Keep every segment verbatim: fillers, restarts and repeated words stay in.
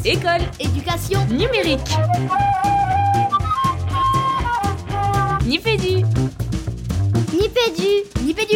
École, éducation, numérique. Nipédu. Nipédu, Nipédu.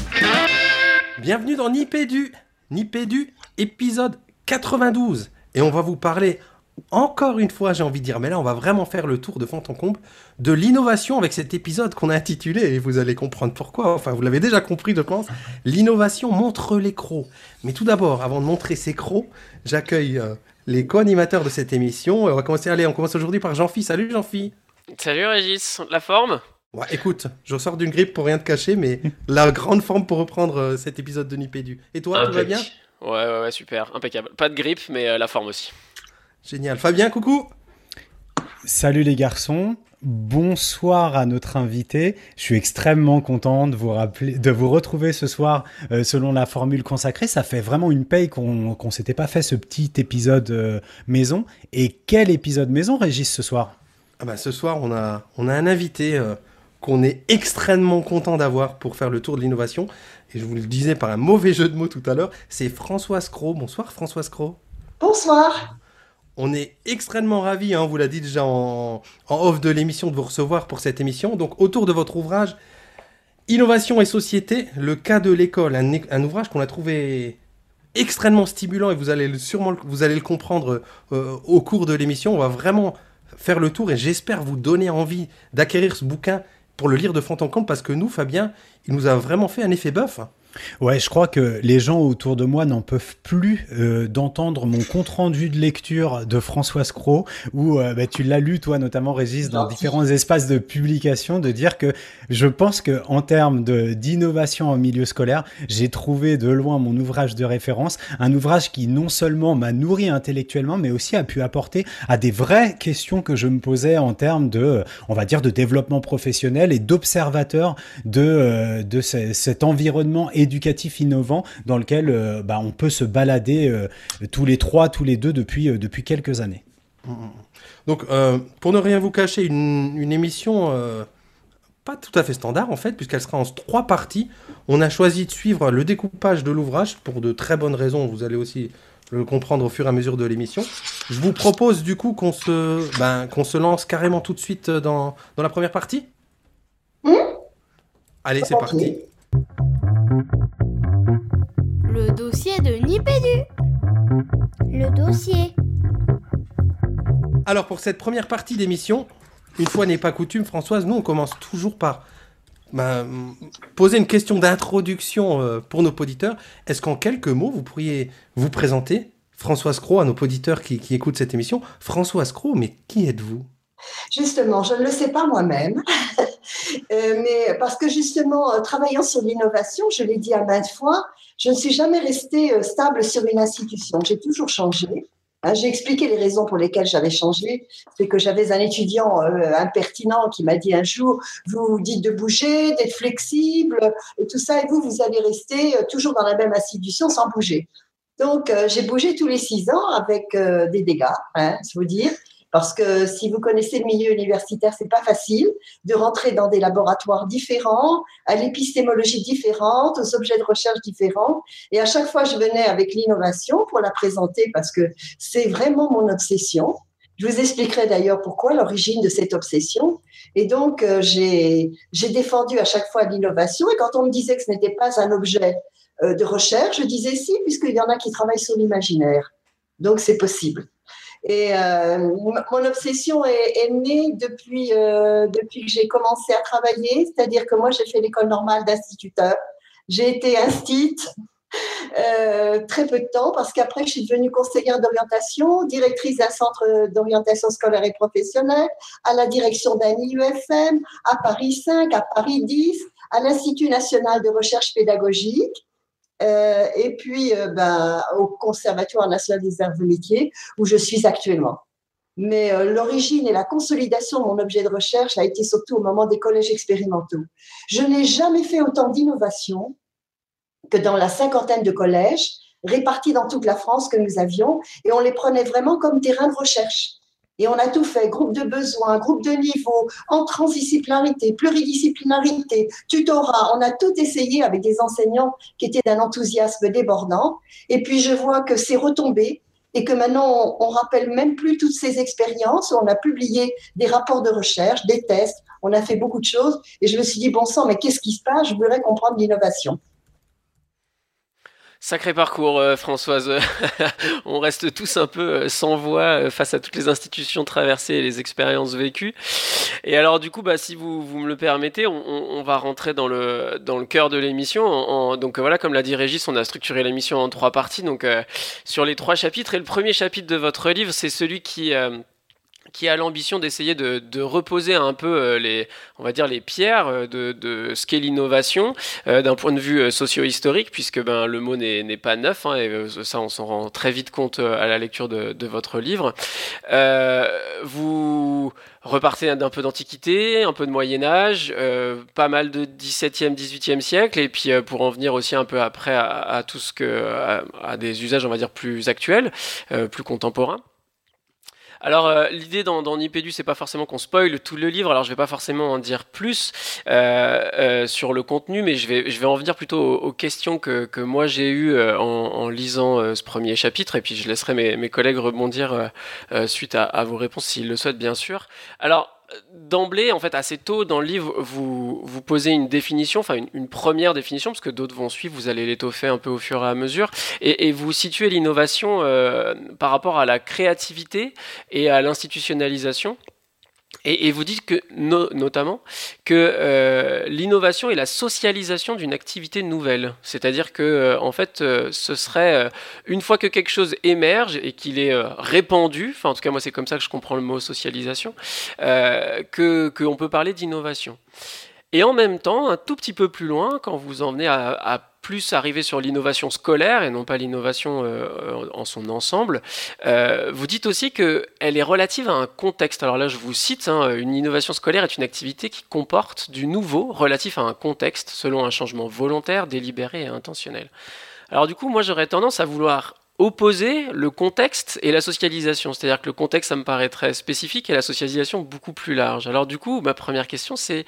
Bienvenue dans Nipédu, Nipédu, épisode quatre-vingt-douze. Et on va vous parler, encore une fois j'ai envie de dire, mais là on va vraiment faire le tour de fond en comble, de l'innovation avec cet épisode qu'on a intitulé, et vous allez comprendre pourquoi, enfin vous l'avez déjà compris je pense, l'innovation montre les crocs. Mais tout d'abord, avant de montrer ces crocs, j'accueille euh, les co-animateurs de cette émission. Et on va commencer, allez, on commence aujourd'hui par Jean-Phi. Salut Jean-Phi. Salut Régis, la forme ? Ouais, écoute, je sors d'une grippe pour rien te cacher, mais la grande forme pour reprendre euh, cet épisode de Nipédu. Et toi, Impec. Tout va bien ? Ouais, ouais, ouais, super, impeccable. Pas de grippe, mais euh, la forme aussi. Génial. Fabien, coucou. Salut les garçons, bonsoir à notre invité. Je suis extrêmement content de vous rappeler, de vous retrouver ce soir euh, selon la formule consacrée. Ça fait vraiment une paye qu'on qu'on s'était pas fait ce petit épisode euh, maison. Et quel épisode maison, Régis, ce soir ? Ah bah, ce soir, on a, on a un invité euh, qu'on est extrêmement content d'avoir pour faire le tour de l'innovation. Et je vous le disais par un mauvais jeu de mots tout à l'heure, c'est Françoise Cros. Bonsoir Françoise Cros. Bonsoir. On est extrêmement ravis, hein, on vous l'a dit déjà en, en off de l'émission, de vous recevoir pour cette émission. Donc autour de votre ouvrage Innovation et Société, le cas de l'école, un, un ouvrage qu'on a trouvé extrêmement stimulant et vous allez le, sûrement vous allez le comprendre euh, au cours de l'émission. On va vraiment faire le tour et j'espère vous donner envie d'acquérir ce bouquin pour le lire de fond en comble parce que nous, Fabien, il nous a vraiment fait un effet bœuf. Ouais, je crois que les gens autour de moi n'en peuvent plus euh, d'entendre mon compte-rendu de lecture de Françoise Cros, où euh, bah, tu l'as lu toi notamment Régis dans différents espaces de publication, de dire que je pense que en termes de d'innovation en milieu scolaire, j'ai trouvé de loin mon ouvrage de référence, un ouvrage qui non seulement m'a nourri intellectuellement, mais aussi a pu apporter à des vraies questions que je me posais en termes de, on va dire, de développement professionnel et d'observateur de euh, de ce, cet environnement éducatif innovant dans lequel euh, bah, on peut se balader euh, tous les trois, tous les deux depuis, euh, depuis quelques années. Donc, euh, pour ne rien vous cacher, une, une émission euh, pas tout à fait standard en fait, puisqu'elle sera en trois parties. On a choisi de suivre le découpage de l'ouvrage pour de très bonnes raisons. Vous allez aussi le comprendre au fur et à mesure de l'émission. Je vous propose du coup qu'on se, ben, qu'on se lance carrément tout de suite dans, dans la première partie. Mmh. Allez, c'est parti. Le dossier de Nipédu. Le dossier. Alors pour cette première partie d'émission, une fois n'est pas coutume, Françoise, nous on commence toujours par bah, poser une question d'introduction euh, pour nos auditeurs. Est-ce qu'en quelques mots, vous pourriez vous présenter, Françoise Cros, à nos auditeurs qui, qui écoutent cette émission ? Françoise Cros, mais qui êtes-vous ? Justement, je ne le sais pas moi-même, euh, mais parce que justement, euh, travaillant sur l'innovation, je l'ai dit à maintes fois, je ne suis jamais restée euh, stable sur une institution. J'ai toujours changé. Hein, j'ai expliqué les raisons pour lesquelles j'avais changé. C'est que j'avais un étudiant euh, impertinent qui m'a dit un jour, vous dites de bouger, d'être flexible, et tout ça, et vous, vous allez rester euh, toujours dans la même institution sans bouger. Donc, euh, j'ai bougé tous les six ans avec euh, des dégâts, hein, je vous dire. Parce que si vous connaissez le milieu universitaire, c'est pas facile de rentrer dans des laboratoires différents, à l'épistémologie différente, aux objets de recherche différents. Et à chaque fois, je venais avec l'innovation pour la présenter parce que c'est vraiment mon obsession. Je vous expliquerai d'ailleurs pourquoi, l'origine de cette obsession. Et donc, euh, j'ai, j'ai défendu à chaque fois l'innovation. Et quand on me disait que ce n'était pas un objet euh, de recherche, je disais si, puisqu'il y en a qui travaillent sur l'imaginaire. Donc, c'est possible. Et euh, mon obsession est, est née depuis, euh, depuis que j'ai commencé à travailler, c'est-à-dire que moi, j'ai fait l'école normale d'instituteur. J'ai été instite euh, très peu de temps parce qu'après, je suis devenue conseillère d'orientation, directrice d'un centre d'orientation scolaire et professionnelle, à la direction d'un I U F M, à Paris cinq, à Paris dix, à l'Institut national de recherche pédagogique. Euh, et puis euh, ben, au Conservatoire national des arts et métiers où je suis actuellement. Mais euh, l'origine et la consolidation de mon objet de recherche a été surtout au moment des collèges expérimentaux. Je n'ai jamais fait autant d'innovation que dans la cinquantaine de collèges répartis dans toute la France que nous avions, et on les prenait vraiment comme terrain de recherche. Et on a tout fait, groupe de besoins, groupe de niveau, en transdisciplinarité, pluridisciplinarité, tutorat. On a tout essayé avec des enseignants qui étaient d'un enthousiasme débordant. Et puis, je vois que c'est retombé et que maintenant, on ne rappelle même plus toutes ces expériences. On a publié des rapports de recherche, des tests, on a fait beaucoup de choses. Et je me suis dit, bon sang, mais qu'est-ce qui se passe? Je voudrais comprendre l'innovation. Sacré parcours, euh, Françoise. On reste tous un peu euh, sans voix euh, face à toutes les institutions traversées et les expériences vécues. Et alors, du coup, bah, si vous, vous me le permettez, on, on, on va rentrer dans le, dans le cœur de l'émission. En, en, donc euh, voilà, comme l'a dit Régis, on a structuré l'émission en trois parties. Donc euh, sur les trois chapitres. Et le premier chapitre de votre livre, c'est celui qui... Euh, qui a l'ambition d'essayer de, de reposer un peu euh, les, on va dire les pierres de, de ce qu'est l'innovation euh, d'un point de vue euh, socio-historique, puisque ben, le mot n'est, n'est pas neuf, hein, et euh, ça on s'en rend très vite compte euh, à la lecture de, de votre livre. Euh, vous repartez d'un peu d'Antiquité, un peu de Moyen-Âge, euh, pas mal de dix-septième, dix-huitième siècle, et puis euh, pour en venir aussi un peu après à, à tout ce que, à, à des usages, on va dire, plus actuels, euh, plus contemporains. Alors euh, l'idée dans, dans Nipédu, c'est pas forcément qu'on spoile tout le livre, alors je vais pas forcément en dire plus euh, euh, sur le contenu, mais je vais, je vais en venir plutôt aux, aux questions que, que moi j'ai eues euh, en, en lisant euh, ce premier chapitre, et puis je laisserai mes, mes collègues rebondir euh, euh, suite à, à vos réponses s'ils le souhaitent bien sûr. Alors d'emblée, en fait, assez tôt dans le livre, vous, vous posez une définition, enfin une, une première définition, parce que d'autres vont suivre, vous allez l'étoffer un peu au fur et à mesure, et, et vous situez l'innovation euh, par rapport à la créativité et à l'institutionnalisation. Et, et vous dites que, no, notamment, que euh, l'innovation est la socialisation d'une activité nouvelle. C'est-à-dire que, euh, en fait, euh, ce serait, euh, une fois que quelque chose émerge et qu'il est euh, répandu, enfin, en tout cas, moi, c'est comme ça que je comprends le mot socialisation, euh, que, qu'on peut parler d'innovation. Et en même temps, un tout petit peu plus loin, quand vous en venez à, à plus arriver sur l'innovation scolaire et non pas l'innovation euh, en son ensemble, euh, vous dites aussi qu'elle est relative à un contexte. Alors là, je vous cite, hein, une innovation scolaire est une activité qui comporte du nouveau relatif à un contexte, selon un changement volontaire, délibéré et intentionnel. Alors du coup, moi, j'aurais tendance à vouloir opposer le contexte et la socialisation. C'est-à-dire que le contexte, ça me paraît très spécifique et la socialisation beaucoup plus large. Alors du coup, ma première question, c'est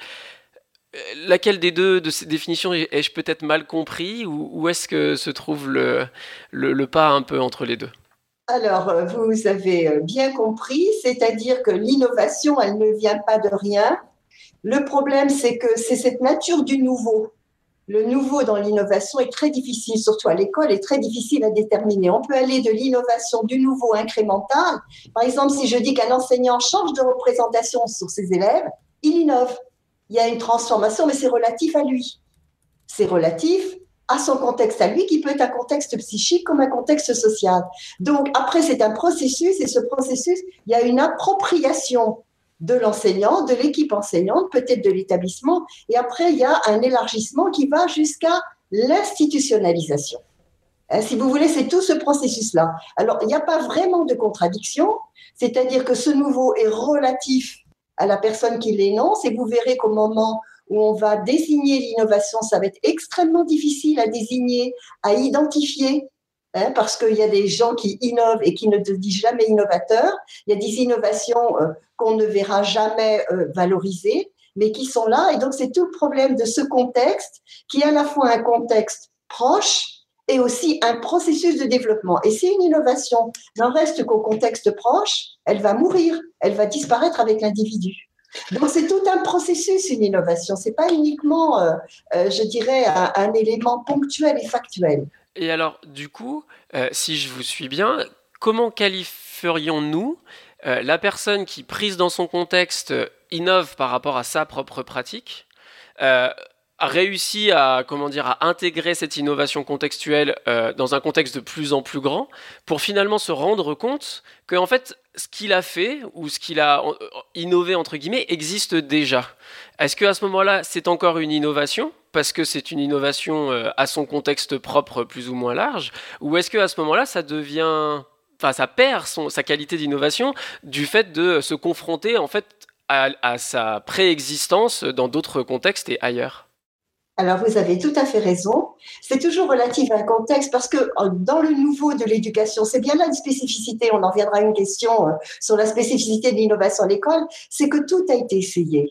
laquelle des deux de ces définitions ai-je peut-être mal compris, ou où est-ce que se trouve le, le, le pas un peu entre les deux? Alors, vous avez bien compris, c'est-à-dire que l'innovation, elle ne vient pas de rien. Le problème, c'est que c'est cette nature du nouveau. Le nouveau dans l'innovation est très difficile, surtout à l'école, est très difficile à déterminer. On peut aller de l'innovation du nouveau incrémental. Par exemple, si je dis qu'un enseignant change de représentation sur ses élèves, il innove. Il y a une transformation, mais c'est relatif à lui. C'est relatif à son contexte à lui, qui peut être un contexte psychique comme un contexte social. Donc, après, c'est un processus, et ce processus, il y a une appropriation de l'enseignant, de l'équipe enseignante, peut-être de l'établissement, et après, il y a un élargissement qui va jusqu'à l'institutionnalisation. Hein, si vous voulez, c'est tout ce processus-là. Alors, il n'y a pas vraiment de contradiction, c'est-à-dire que ce nouveau est relatif à la personne qui l'énonce, et vous verrez qu'au moment où on va désigner l'innovation, ça va être extrêmement difficile à désigner, à identifier, hein, parce qu'il y a des gens qui innovent et qui ne te disent jamais innovateur. Il y a des innovations euh, qu'on ne verra jamais euh, valorisées, mais qui sont là. Et donc, c'est tout le problème de ce contexte, qui est à la fois un contexte proche et aussi un processus de développement. Et si une innovation n'en reste qu'au contexte proche, elle va mourir, elle va disparaître avec l'individu. Donc, c'est tout un processus, une innovation. Ce n'est pas uniquement, euh, euh, je dirais, un, un élément ponctuel et factuel. Et alors, du coup, euh, si je vous suis bien, comment qualifierions-nous euh, la personne qui, prise dans son contexte, innove par rapport à sa propre pratique, euh, a réussi à, comment dire, à intégrer cette innovation contextuelle euh, dans un contexte de plus en plus grand, pour finalement se rendre compte que, en fait, ce qu'il a fait, ou ce qu'il a innové, entre guillemets, existe déjà. Est-ce qu'à ce moment-là, c'est encore une innovation, parce que c'est une innovation euh, à son contexte propre plus ou moins large, ou est-ce qu'à ce moment-là, ça devient... Enfin, ça perd son, sa qualité d'innovation du fait de se confronter, en fait, à, à sa préexistence dans d'autres contextes et ailleurs? Alors, vous avez tout à fait raison. C'est toujours relatif à un contexte, parce que dans le nouveau de l'éducation, c'est bien là une spécificité, on en reviendra à une question sur la spécificité de l'innovation à l'école, c'est que tout a été essayé.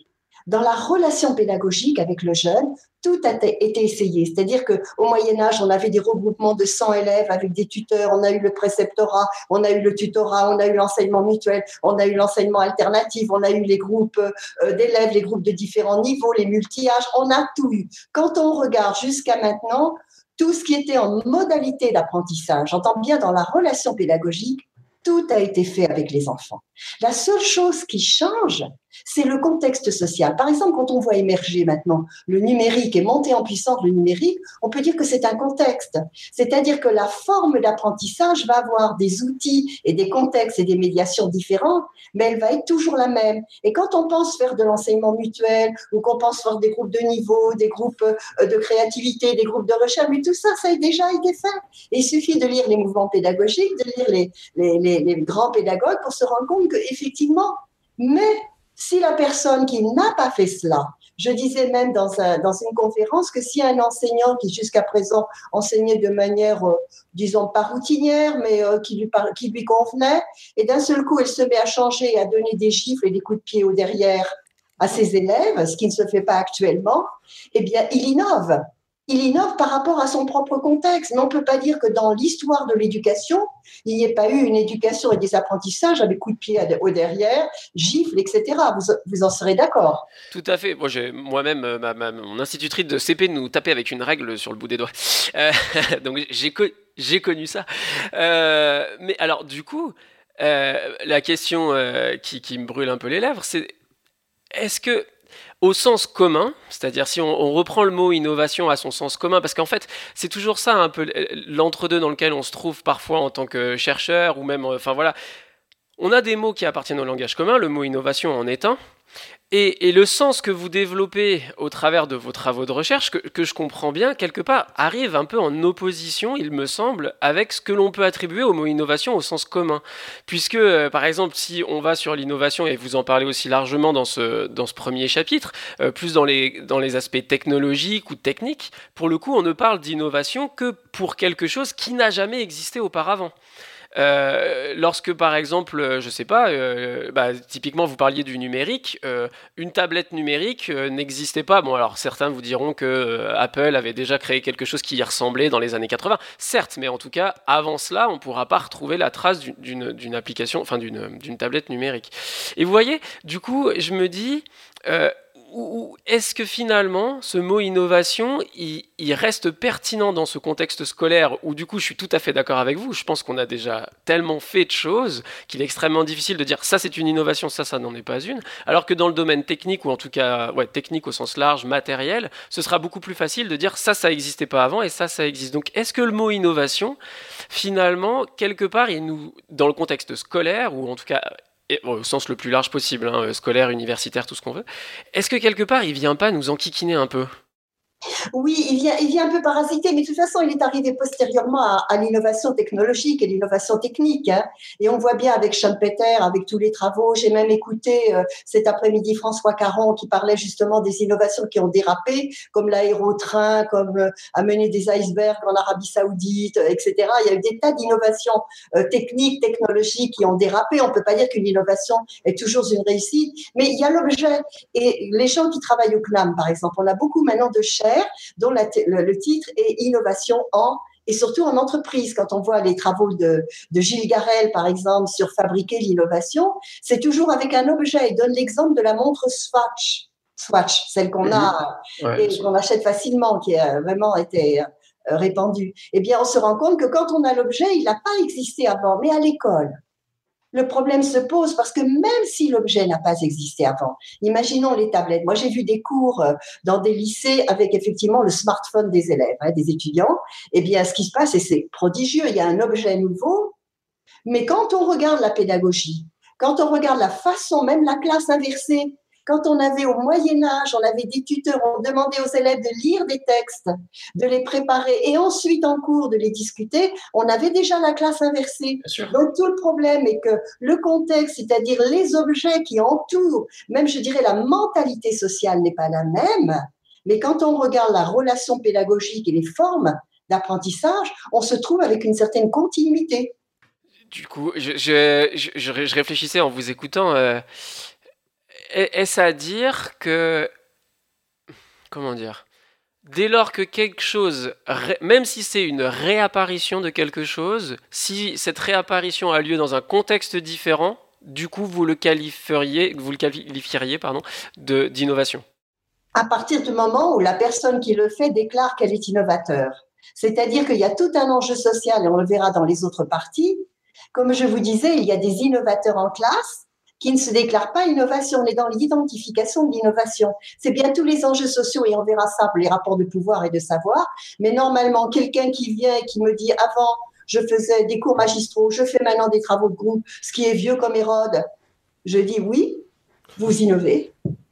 dans la relation pédagogique avec le jeune, tout a été essayé. C'est-à-dire qu'au Moyen-Âge, on avait des regroupements de cent élèves avec des tuteurs, on a eu le préceptorat, on a eu le tutorat, on a eu l'enseignement mutuel, on a eu l'enseignement alternatif, on a eu les groupes d'élèves, les groupes de différents niveaux, les multi-âges, on a tout eu. Quand on regarde jusqu'à maintenant, tout ce qui était en modalité d'apprentissage, j'entends bien dans la relation pédagogique, tout a été fait avec les enfants. La seule chose qui change, c'est le contexte social. Par exemple, quand on voit émerger maintenant le numérique et monter en puissance le numérique, on peut dire que c'est un contexte. C'est-à-dire que la forme d'apprentissage va avoir des outils et des contextes et des médiations différentes, mais elle va être toujours la même. Et quand on pense faire de l'enseignement mutuel ou qu'on pense faire des groupes de niveau, des groupes de créativité, des groupes de recherche, mais tout ça, ça a déjà été fait. Et il suffit de lire les mouvements pédagogiques, de lire les, les, les, les grands pédagogues pour se rendre compte qu'effectivement, mais si la personne qui n'a pas fait cela, je disais même dans, un, dans une conférence que si un enseignant qui jusqu'à présent enseignait de manière, euh, disons, pas routinière, mais euh, qui, lui par, qui lui convenait, et d'un seul coup, elle se met à changer et à donner des gifles et des coups de pied au derrière à ses élèves, ce qui ne se fait pas actuellement, eh bien, il innove. Il innove par rapport à son propre contexte. Mais on ne peut pas dire que dans l'histoire de l'éducation, il n'y ait pas eu une éducation et des apprentissages avec coups de pied au derrière, gifles, et cetera. Vous, vous en serez d'accord? Tout à fait. Moi, j'ai, moi-même, ma, ma, mon institutrice de C P nous tapait avec une règle sur le bout des doigts. Euh, donc, j'ai, co- j'ai connu ça. Euh, mais alors, du coup, euh, la question euh, qui, qui me brûle un peu les lèvres, c'est est-ce que au sens commun, c'est-à-dire si on, on reprend le mot innovation à son sens commun, parce qu'en fait, c'est toujours ça un peu l'entre-deux dans lequel on se trouve parfois en tant que chercheur, ou même, enfin voilà, on a des mots qui appartiennent au langage commun, le mot innovation en est un, et, et le sens que vous développez au travers de vos travaux de recherche, que, que je comprends bien, quelque part, arrive un peu en opposition, il me semble, avec ce que l'on peut attribuer au mot innovation au sens commun. Puisque, euh, par exemple, si on va sur l'innovation, et vous en parlez aussi largement dans ce, dans ce premier chapitre, euh, plus dans les, dans les aspects technologiques ou techniques, pour le coup, on ne parle d'innovation que pour quelque chose qui n'a jamais existé auparavant. Euh, lorsque par exemple, je sais pas, euh, bah, typiquement vous parliez du numérique, euh, une tablette numérique euh, n'existait pas. Bon, alors certains vous diront que euh, Apple avait déjà créé quelque chose qui y ressemblait dans les années quatre-vingts, certes, mais en tout cas, avant cela, on ne pourra pas retrouver la trace d'une, d'une, d'une application, enfin d'une, d'une tablette numérique. Et vous voyez, du coup, je me dis... Euh, Ou est-ce que finalement, ce mot innovation, il, il reste pertinent dans ce contexte scolaire où du coup, je suis tout à fait d'accord avec vous, je pense qu'on a déjà tellement fait de choses qu'il est extrêmement difficile de dire ça c'est une innovation, ça ça n'en est pas une, alors que dans le domaine technique, ou en tout cas ouais, technique au sens large, matériel, ce sera beaucoup plus facile de dire ça ça n'existait pas avant et ça ça existe. Donc est-ce que le mot innovation, finalement, quelque part, il nous, dans le contexte scolaire, ou en tout cas... Et, bon, au sens le plus large possible, hein, scolaire, universitaire, tout ce qu'on veut. Est-ce que quelque part, il vient pas nous enquiquiner un peu ? Oui, il vient, il vient un peu parasiter, mais de toute façon, il est arrivé postérieurement à, à l'innovation technologique et l'innovation technique. Hein. Et on voit bien avec Schumpeter, avec tous les travaux. J'ai même écouté euh, cet après-midi François Caron qui parlait justement des innovations qui ont dérapé, comme l'aérotrain, comme euh, amener des icebergs en Arabie Saoudite, et cetera. Il y a eu des tas d'innovations euh, techniques, technologiques qui ont dérapé. On ne peut pas dire qu'une innovation est toujours une réussite, mais il y a l'objet. Et les gens qui travaillent au C N A M, par exemple, on a beaucoup maintenant de chaires dont la, le, le titre est Innovation en, et surtout en entreprise. Quand on voit les travaux de, de Gilles Garel, par exemple, sur fabriquer l'innovation, c'est toujours avec un objet. Il donne l'exemple de la montre Swatch, Swatch, celle qu'on a ouais, et qu'on achète facilement, qui a vraiment été répandue. Eh bien, on se rend compte que quand on a l'objet, il n'a pas existé avant, mais à l'école. Le problème se pose parce que même si l'objet n'a pas existé avant, imaginons les tablettes. Moi, j'ai vu des cours dans des lycées avec effectivement le smartphone des élèves, hein, des étudiants. Eh bien, ce qui se passe, et c'est prodigieux, il y a un objet nouveau, mais quand on regarde la pédagogie, quand on regarde la façon, même la classe inversée, quand on avait au Moyen-Âge, on avait des tuteurs, on demandait aux élèves de lire des textes, de les préparer et ensuite en cours de les discuter, on avait déjà la classe inversée. Donc tout le problème est que le contexte, c'est-à-dire les objets qui entourent, même je dirais la mentalité sociale n'est pas la même, mais quand on regarde la relation pédagogique et les formes d'apprentissage, on se trouve avec une certaine continuité. Du coup, je, je, je, je réfléchissais en vous écoutant... Euh... est-ce à dire que... Comment dire ? Dès lors que quelque chose, même si c'est une réapparition de quelque chose, si cette réapparition a lieu dans un contexte différent, du coup, vous le qualifieriez, vous le qualifieriez pardon, de, d'innovation. À partir du moment où la personne qui le fait déclare qu'elle est innovateur. C'est-à-dire qu'il y a tout un enjeu social, et on le verra dans les autres parties. Comme je vous disais, il y a des innovateurs en classe qui ne se déclarent pas innovation. On est dans l'identification de l'innovation. C'est bien tous les enjeux sociaux, et on verra ça pour les rapports de pouvoir et de savoir. Mais normalement, quelqu'un qui vient et qui me dit « avant, je faisais des cours magistraux, je fais maintenant des travaux de groupe, ce qui est vieux comme Hérode », je dis « oui, vous innovez, oui ».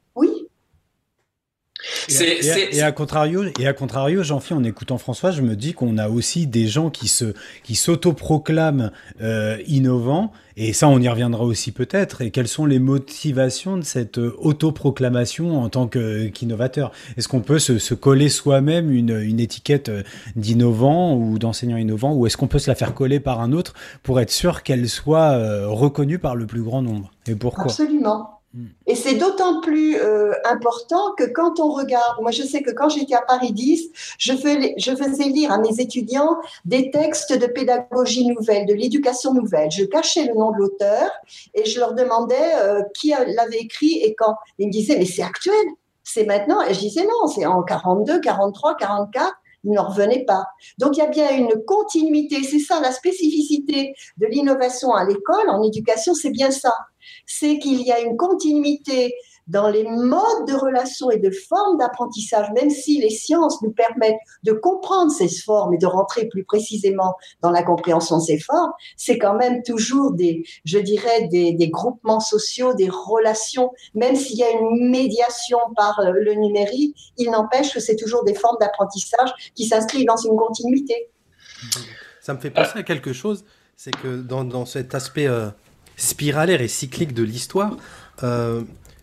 Et, et, et à contrario, et à contrario, Jean-Philippe, en écoutant François, je me dis qu'on a aussi des gens qui se, qui s'autoproclament euh, innovants, et ça, on y reviendra aussi peut-être. Et quelles sont les motivations de cette autoproclamation en tant que, qu'innovateur ? Est-ce qu'on peut se, se coller soi-même une, une étiquette d'innovant ou d'enseignant innovant, ou est-ce qu'on peut se la faire coller par un autre pour être sûr qu'elle soit euh, reconnue par le plus grand nombre ? Et pourquoi ? Absolument. Et c'est d'autant plus euh, important que quand on regarde, moi je sais que quand j'étais à Paris dix, je, fais, je faisais lire à mes étudiants des textes de pédagogie nouvelle, de l'éducation nouvelle. Je cachais le nom de l'auteur et je leur demandais euh, qui l'avait écrit et quand. Ils me disaient, mais c'est actuel, c'est maintenant. Et je disais, non, c'est en quarante-deux, quarante-trois, quarante-quatre. Ils n'en revenaient pas. Donc, il y a bien une continuité. C'est ça, la spécificité de l'innovation à l'école, en éducation, c'est bien ça. C'est qu'il y a une continuité dans les modes de relation et de formes d'apprentissage, même si les sciences nous permettent de comprendre ces formes et de rentrer plus précisément dans la compréhension de ces formes, c'est quand même toujours des, je dirais, des, des groupements sociaux, des relations, même s'il y a une médiation par le numérique, il n'empêche que c'est toujours des formes d'apprentissage qui s'inscrivent dans une continuité. Ça me fait penser à quelque chose, c'est que dans, dans cet aspect euh, spiralaire et cyclique de l'histoire, euh,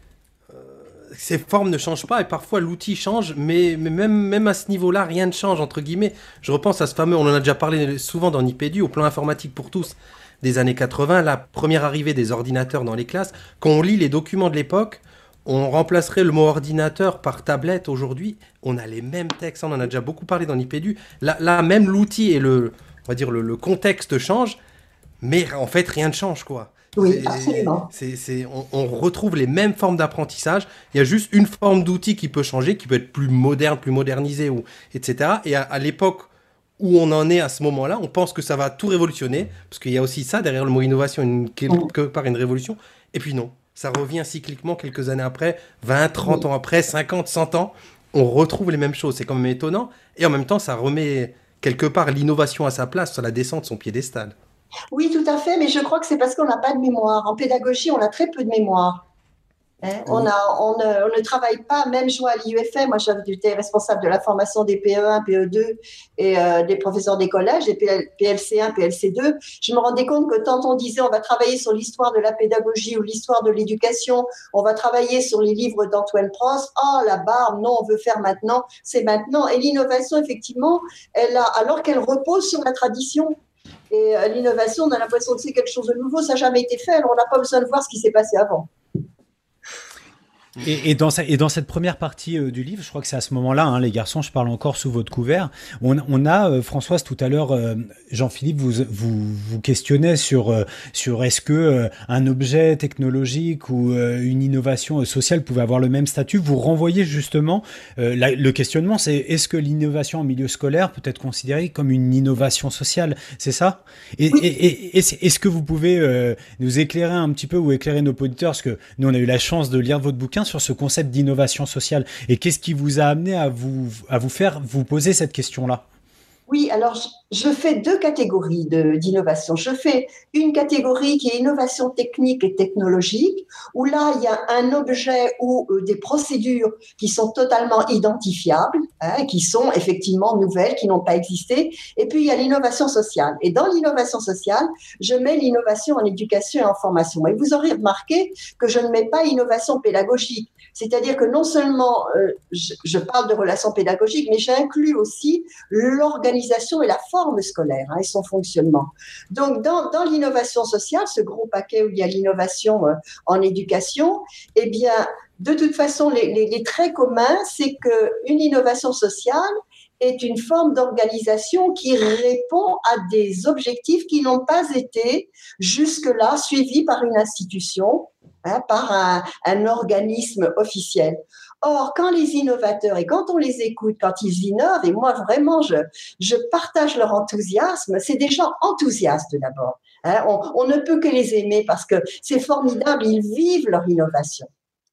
ces formes ne changent pas et parfois l'outil change, mais, mais même, même à ce niveau-là, rien ne change, entre guillemets. Je repense à ce fameux, on en a déjà parlé souvent dans Nipédu, au plan informatique pour tous des années quatre-vingts, la première arrivée des ordinateurs dans les classes. Quand on lit les documents de l'époque, on remplacerait le mot ordinateur par tablette aujourd'hui. On a les mêmes textes, on en a déjà beaucoup parlé dans Nipédu. Là, là même l'outil et le, on va dire le, le contexte changent, mais en fait, rien ne change, quoi. Oui, c'est, absolument. C'est, c'est, on, on retrouve les mêmes formes d'apprentissage. Il y a juste une forme d'outil qui peut changer, qui peut être plus moderne, plus modernisée, ou, et cetera. Et à, à l'époque où on en est à ce moment-là, on pense que ça va tout révolutionner, parce qu'il y a aussi ça, derrière le mot innovation, une, quelque part une révolution. Et puis non, ça revient cycliquement quelques années après, vingt, trente ans après, cinquante, cent ans, on retrouve les mêmes choses. C'est quand même étonnant. Et en même temps, ça remet quelque part l'innovation à sa place, sur la descente de son piédestal. Oui, tout à fait, mais je crois que c'est parce qu'on n'a pas de mémoire. En pédagogie, on a très peu de mémoire. Hein, on, a, on, ne, on ne travaille pas, même je vois à l'I U F M, moi j'étais responsable de la formation des P E un, P E deux et euh, des professeurs des collèges, des P L C un, P L C deux. Je me rendais compte que tant on disait on va travailler sur l'histoire de la pédagogie ou l'histoire de l'éducation, on va travailler sur les livres d'Antoine Prost, oh la barbe, non, on veut faire maintenant, c'est maintenant. Et l'innovation, effectivement, elle a, alors qu'elle repose sur la tradition. Et euh, l'innovation, on a l'impression que c'est quelque chose de nouveau, ça n'a jamais été fait, alors on n'a pas besoin de voir ce qui s'est passé avant. Et, et, dans, et dans cette première partie euh, du livre, je crois que c'est à ce moment-là, hein, les garçons, je parle encore sous votre couvert, on, on a, euh, Françoise, tout à l'heure, euh, Jean-Philippe vous, vous, vous questionnait sur, euh, sur est-ce que euh, un objet technologique ou euh, une innovation sociale pouvait avoir le même statut. Vous renvoyez justement, euh, la, le questionnement, c'est est-ce que l'innovation en milieu scolaire peut être considérée comme une innovation sociale, c'est ça ? Et, oui. et, et, et est-ce que vous pouvez euh, nous éclairer un petit peu ou éclairer nos auditeurs, parce que nous, on a eu la chance de lire votre bouquin sur ce concept d'innovation sociale. Et qu'est-ce qui vous a amené à vous, à vous faire vous poser cette question-là ? Oui, alors je fais deux catégories de, d'innovation. Je fais une catégorie qui est innovation technique et technologique, où là, il y a un objet ou euh, des procédures qui sont totalement identifiables, hein, qui sont effectivement nouvelles, qui n'ont pas existé. Et puis, il y a l'innovation sociale. Et dans l'innovation sociale, je mets l'innovation en éducation et en formation. Et vous aurez remarqué que je ne mets pas innovation pédagogique. C'est-à-dire que non seulement euh, je, je parle de relations pédagogiques, mais j'inclus aussi l'organisation l'organisation et la forme scolaire hein, et son fonctionnement. Donc, dans, dans l'innovation sociale, ce gros paquet où il y a l'innovation euh, en éducation, eh bien, de toute façon, les, les, les traits communs, c'est qu'une innovation sociale est une forme d'organisation qui répond à des objectifs qui n'ont pas été jusque-là suivis par une institution, hein, par un, un organisme officiel. Or, quand les innovateurs, et quand on les écoute, quand ils innovent, et moi vraiment, je, je partage leur enthousiasme, c'est des gens enthousiastes d'abord. Hein, on, on ne peut que les aimer parce que c'est formidable, ils vivent leur innovation.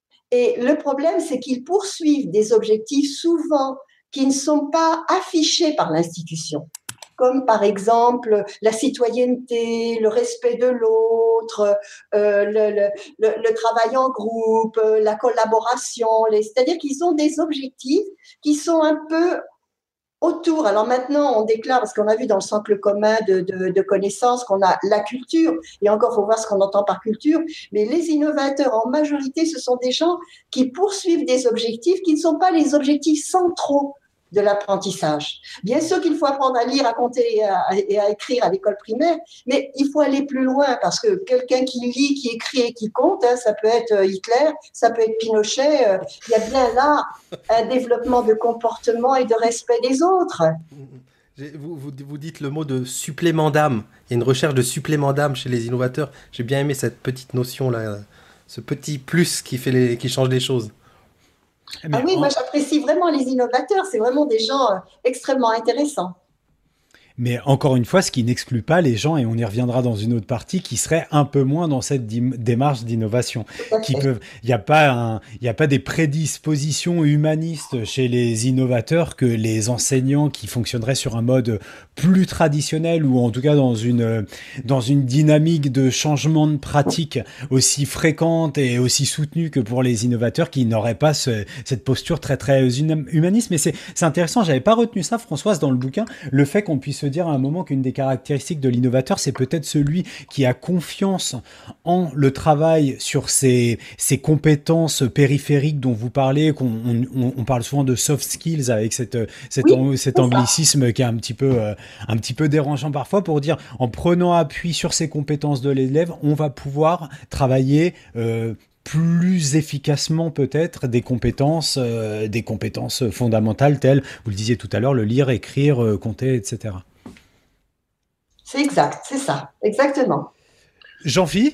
Et le problème, c'est qu'ils poursuivent des objectifs souvent qui ne sont pas affichés par l'institution, comme par exemple la citoyenneté, le respect de l'autre, euh, le, le, le, le travail en groupe, la collaboration. Les, c'est-à-dire qu'ils ont des objectifs qui sont un peu autour. Alors maintenant, on déclare, parce qu'on a vu dans le socle commun de, de, de connaissances qu'on a la culture, et encore, il faut voir ce qu'on entend par culture, mais les innovateurs, en majorité, ce sont des gens qui poursuivent des objectifs qui ne sont pas les objectifs centraux de l'apprentissage. Bien sûr qu'il faut apprendre à lire, à compter et à, et à écrire à l'école primaire, mais il faut aller plus loin parce que quelqu'un qui lit, qui écrit et qui compte, hein, ça peut être Hitler, ça peut être Pinochet, euh, il y a bien là un développement de comportement et de respect des autres. Vous, vous, vous dites le mot de supplément d'âme. Il y a une recherche de supplément d'âme chez les innovateurs. J'ai bien aimé cette petite notion-là, ce petit plus qui, fait les, qui change les choses. Mais ah oui, en... moi j'apprécie vraiment les innovateurs, c'est vraiment des gens euh, extrêmement intéressants. Mais encore une fois, ce qui n'exclut pas les gens, et on y reviendra dans une autre partie, qui seraient un peu moins dans cette dim- démarche d'innovation. Qui peuvent, il n'y a pas un, il n'y a pas des prédispositions humanistes chez les innovateurs que les enseignants qui fonctionneraient sur un mode plus traditionnel ou en tout cas dans une, dans une dynamique de changement de pratique aussi fréquente et aussi soutenue que pour les innovateurs qui n'auraient pas ce, cette posture très très humaniste. Mais c'est, c'est intéressant, j'avais pas retenu ça, Françoise, dans le bouquin, le fait qu'on puisse se dire à un moment qu'une des caractéristiques de l'innovateur, c'est peut-être celui qui a confiance en le travail sur ses, ses compétences périphériques dont vous parlez, qu'on on, on parle souvent de soft skills avec cette, cette, oui, cet anglicisme ça. Qui est un petit peu, euh, un petit peu dérangeant parfois pour dire en prenant appui sur ces compétences de l'élève, on va pouvoir travailler euh, plus efficacement peut-être des compétences, euh, des compétences fondamentales telles, vous le disiez tout à l'heure, le lire, écrire, euh, compter, et cetera. C'est exact, c'est ça, exactement. Jean-Phi ?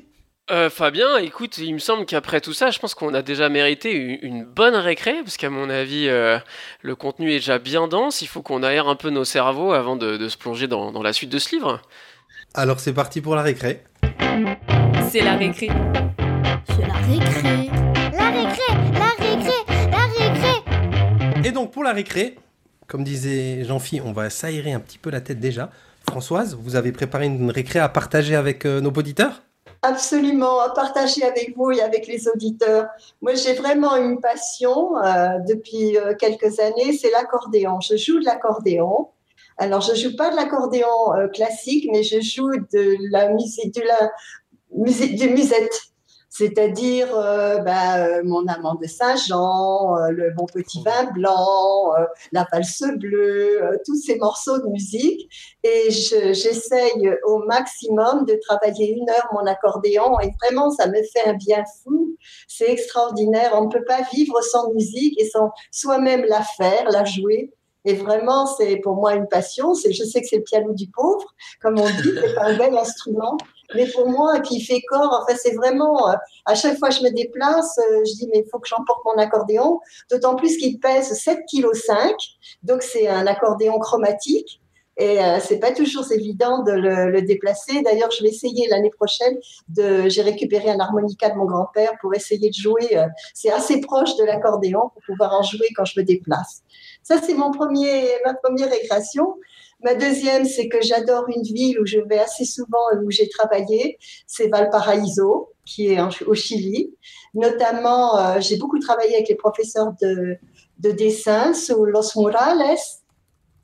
Euh, Fabien, écoute, il me semble qu'après tout ça, je pense qu'on a déjà mérité une, une bonne récré, parce qu'à mon avis, euh, le contenu est déjà bien dense. Il faut qu'on aère un peu nos cerveaux avant de, de se plonger dans, dans la suite de ce livre. Alors c'est parti pour la récré. C'est la récré. C'est la récré. La récré, la récré, la récré. Et donc pour la récré, comme disait Jean-Phi, on va s'aérer un petit peu la tête déjà. Françoise, vous avez préparé une récré à partager avec euh, nos auditeurs ? Absolument, à partager avec vous et avec les auditeurs. Moi, j'ai vraiment une passion euh, depuis euh, quelques années, c'est l'accordéon. Je joue de l'accordéon. Alors, je joue pas de l'accordéon euh, classique, mais je joue de la musique, de la musique, de musette. C'est-à-dire euh, bah, euh, mon amant de Saint-Jean, euh, le bon petit vin blanc, euh, la valse bleue, euh, tous ces morceaux de musique. Et je, j'essaye au maximum de travailler une heure mon accordéon. Et vraiment, ça me fait un bien fou. C'est extraordinaire. On ne peut pas vivre sans musique et sans soi-même la faire, la jouer. Et vraiment, c'est pour moi une passion. C'est, je sais que c'est le piano du pauvre, comme on dit, c'est un bel instrument. Mais pour moi, qui fait corps, enfin, c'est vraiment, euh, à chaque fois que je me déplace, euh, je dis, mais il faut que j'emporte mon accordéon, d'autant plus qu'il pèse sept virgule cinq kilos, donc c'est un accordéon chromatique, et euh, c'est pas toujours évident de le, le déplacer. D'ailleurs, je vais essayer l'année prochaine, de, j'ai récupéré un harmonica de mon grand-père pour essayer de jouer, euh, c'est assez proche de l'accordéon pour pouvoir en jouer quand je me déplace. Ça, c'est mon premier, ma première récréation. Ma deuxième, c'est que j'adore une ville où je vais assez souvent et où j'ai travaillé, c'est Valparaiso, qui est en, au Chili. Notamment, euh, j'ai beaucoup travaillé avec les professeurs de, de dessin sur Los Murales.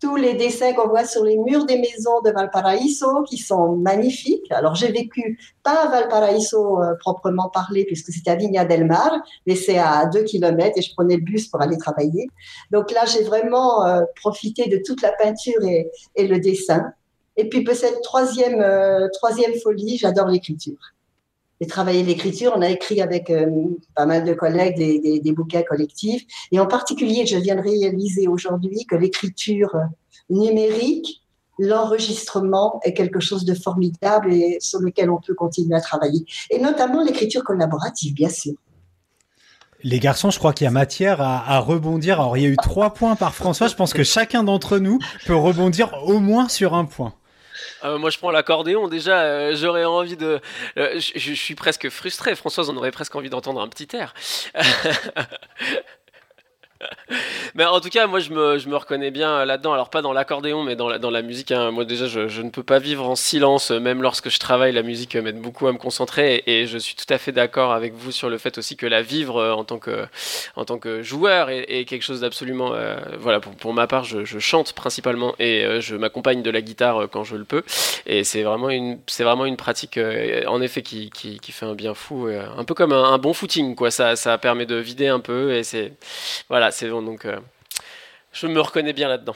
tous les dessins qu'on voit sur les murs des maisons de Valparaiso, qui sont magnifiques. Alors, j'ai vécu pas à Valparaiso euh, proprement parlé, puisque c'était à Viña del Mar, mais c'est à deux kilomètres et je prenais le bus pour aller travailler. Donc là, j'ai vraiment euh, profité de toute la peinture et, et le dessin. Et puis, peut-être troisième, euh, troisième folie, j'adore l'écriture. J'ai travaillé l'écriture, on a écrit avec euh, pas mal de collègues des, des, des bouquins collectifs. Et en particulier, je viens de réaliser aujourd'hui que l'écriture numérique, l'enregistrement est quelque chose de formidable et sur lequel on peut continuer à travailler. Et notamment l'écriture collaborative, bien sûr. Les garçons, je crois qu'il y a matière à, à rebondir. Alors, il y a eu trois points par François. Je pense que chacun d'entre nous peut rebondir au moins sur un point. Euh, moi, je prends l'accordéon. Déjà, euh, j'aurais envie de. Euh, je, je suis presque frustré. Françoise, on aurait presque envie d'entendre un petit air. Mais en tout cas, moi, je me, je me reconnais bien là-dedans. Alors, pas dans l'accordéon, mais dans la, dans la musique. Hein. Moi, déjà, je, je ne peux pas vivre en silence. Même lorsque je travaille, la musique m'aide beaucoup à me concentrer. Et, et je suis tout à fait d'accord avec vous sur le fait aussi que la vivre euh, en tant que, en tant que joueur est, est quelque chose d'absolument... Euh, voilà, pour, pour ma part, je, je chante principalement et euh, je m'accompagne de la guitare euh, quand je le peux. Et c'est vraiment une, c'est vraiment une pratique, euh, en effet, qui, qui, qui fait un bien fou. Euh, un peu comme un, un bon footing, quoi. Ça, ça permet de vider un peu et c'est... Voilà, c'est bon, donc... Euh, je me reconnais bien là-dedans.